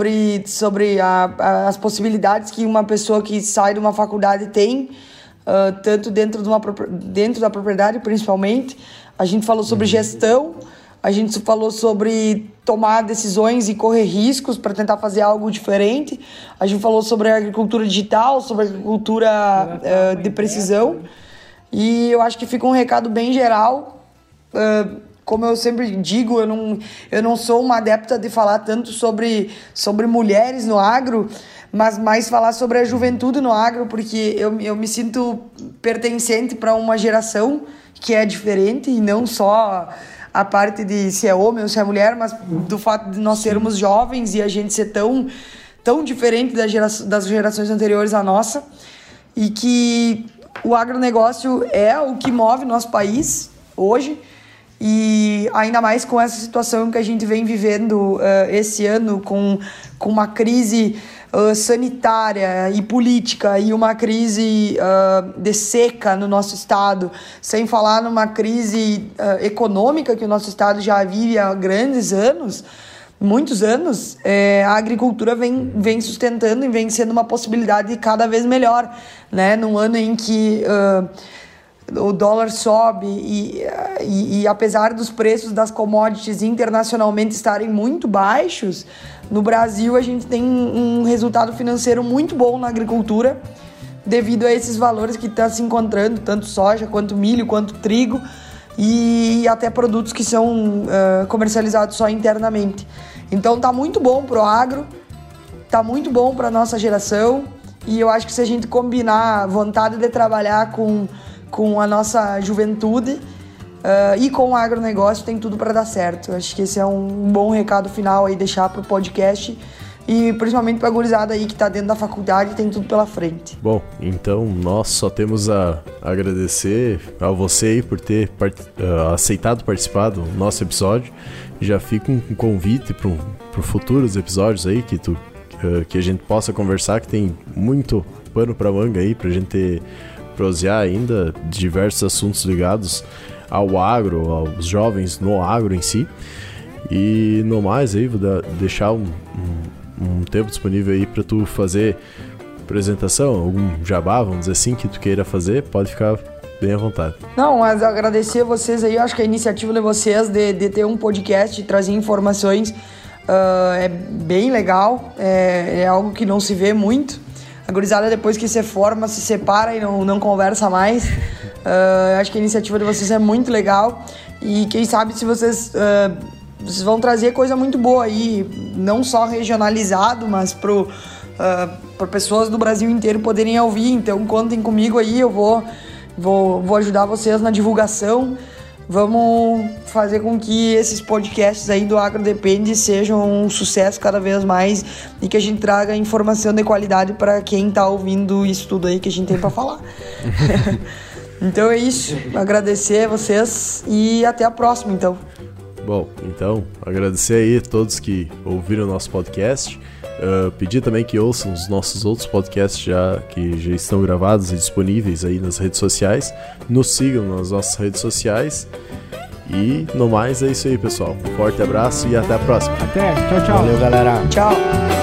Speaker 1: as possibilidades que uma pessoa que sai de uma faculdade tem, tanto dentro da propriedade, principalmente. A gente falou sobre gestão, a gente falou sobre tomar decisões e correr riscos para tentar fazer algo diferente. A gente falou sobre a agricultura digital, sobre a agricultura de precisão. E eu acho que fica um recado bem geral. Como eu sempre digo, eu não sou uma adepta de falar tanto sobre mulheres no agro, mas mais falar sobre a juventude no agro, porque eu me sinto pertencente para uma geração que é diferente, e não só a parte de se é homem ou se é mulher, mas do fato de nós sermos jovens e a gente ser tão diferente das gerações anteriores à nossa, e que o agronegócio é o que move nosso país hoje, e ainda mais com essa situação que a gente vem vivendo esse ano, com uma crise sanitária e política e uma crise de seca no nosso estado, sem falar numa crise econômica que o nosso estado já vive há muitos anos. A agricultura vem sustentando e vem sendo uma possibilidade cada vez melhor, né? Num ano em que o dólar sobe e apesar dos preços das commodities internacionalmente estarem muito baixos, no Brasil a gente tem um resultado financeiro muito bom na agricultura, devido a esses valores que estão se encontrando, tanto soja, quanto milho, quanto trigo, e até produtos que são comercializados só internamente. Então tá muito bom pro agro, tá muito bom pra nossa geração, e eu acho que se a gente combinar a vontade de trabalhar com a nossa juventude e com o agronegócio, tem tudo para dar certo. Eu acho que esse é um bom recado final aí, deixar pro podcast, e principalmente pra gurizada aí que tá dentro da faculdade, tem tudo pela frente.
Speaker 4: Bom, então nós só temos a agradecer a você aí por ter aceitado participar do nosso episódio. Já fica um convite para futuros episódios aí que a gente possa conversar, que tem muito pano pra manga aí pra gente prosear ainda diversos assuntos ligados ao agro, aos jovens no agro em si. E no mais aí, vou deixar um tempo disponível aí para tu fazer apresentação, algum jabá, vamos dizer assim, que tu queira fazer, pode ficar bem à vontade.
Speaker 1: Não, mas agradecer a vocês aí, eu acho que a iniciativa de vocês de ter um podcast, trazer informações, é bem legal, é algo que não se vê muito. A gurizada, depois que se forma, se separa e não conversa mais. Eu acho que a iniciativa de vocês é muito legal, e quem sabe se vocês vão trazer coisa muito boa aí, não só regionalizado, mas para pessoas do Brasil inteiro poderem ouvir. Então contem comigo aí, eu vou ajudar vocês na divulgação. Vamos fazer com que esses podcasts aí do Agro Depende sejam um sucesso cada vez mais, e que a gente traga informação de qualidade para quem tá ouvindo isso tudo aí que a gente tem para falar. Então é isso, agradecer a vocês e até a próxima, então.
Speaker 4: Bom, então, agradecer aí a todos que ouviram o nosso podcast. Pedir também que ouçam os nossos outros podcasts que já estão gravados e disponíveis aí nas redes sociais. Nos sigam nas nossas redes sociais. E no mais é isso aí, pessoal. Um forte abraço e até a próxima.
Speaker 2: Até, tchau, tchau.
Speaker 3: Valeu, galera.
Speaker 1: Tchau.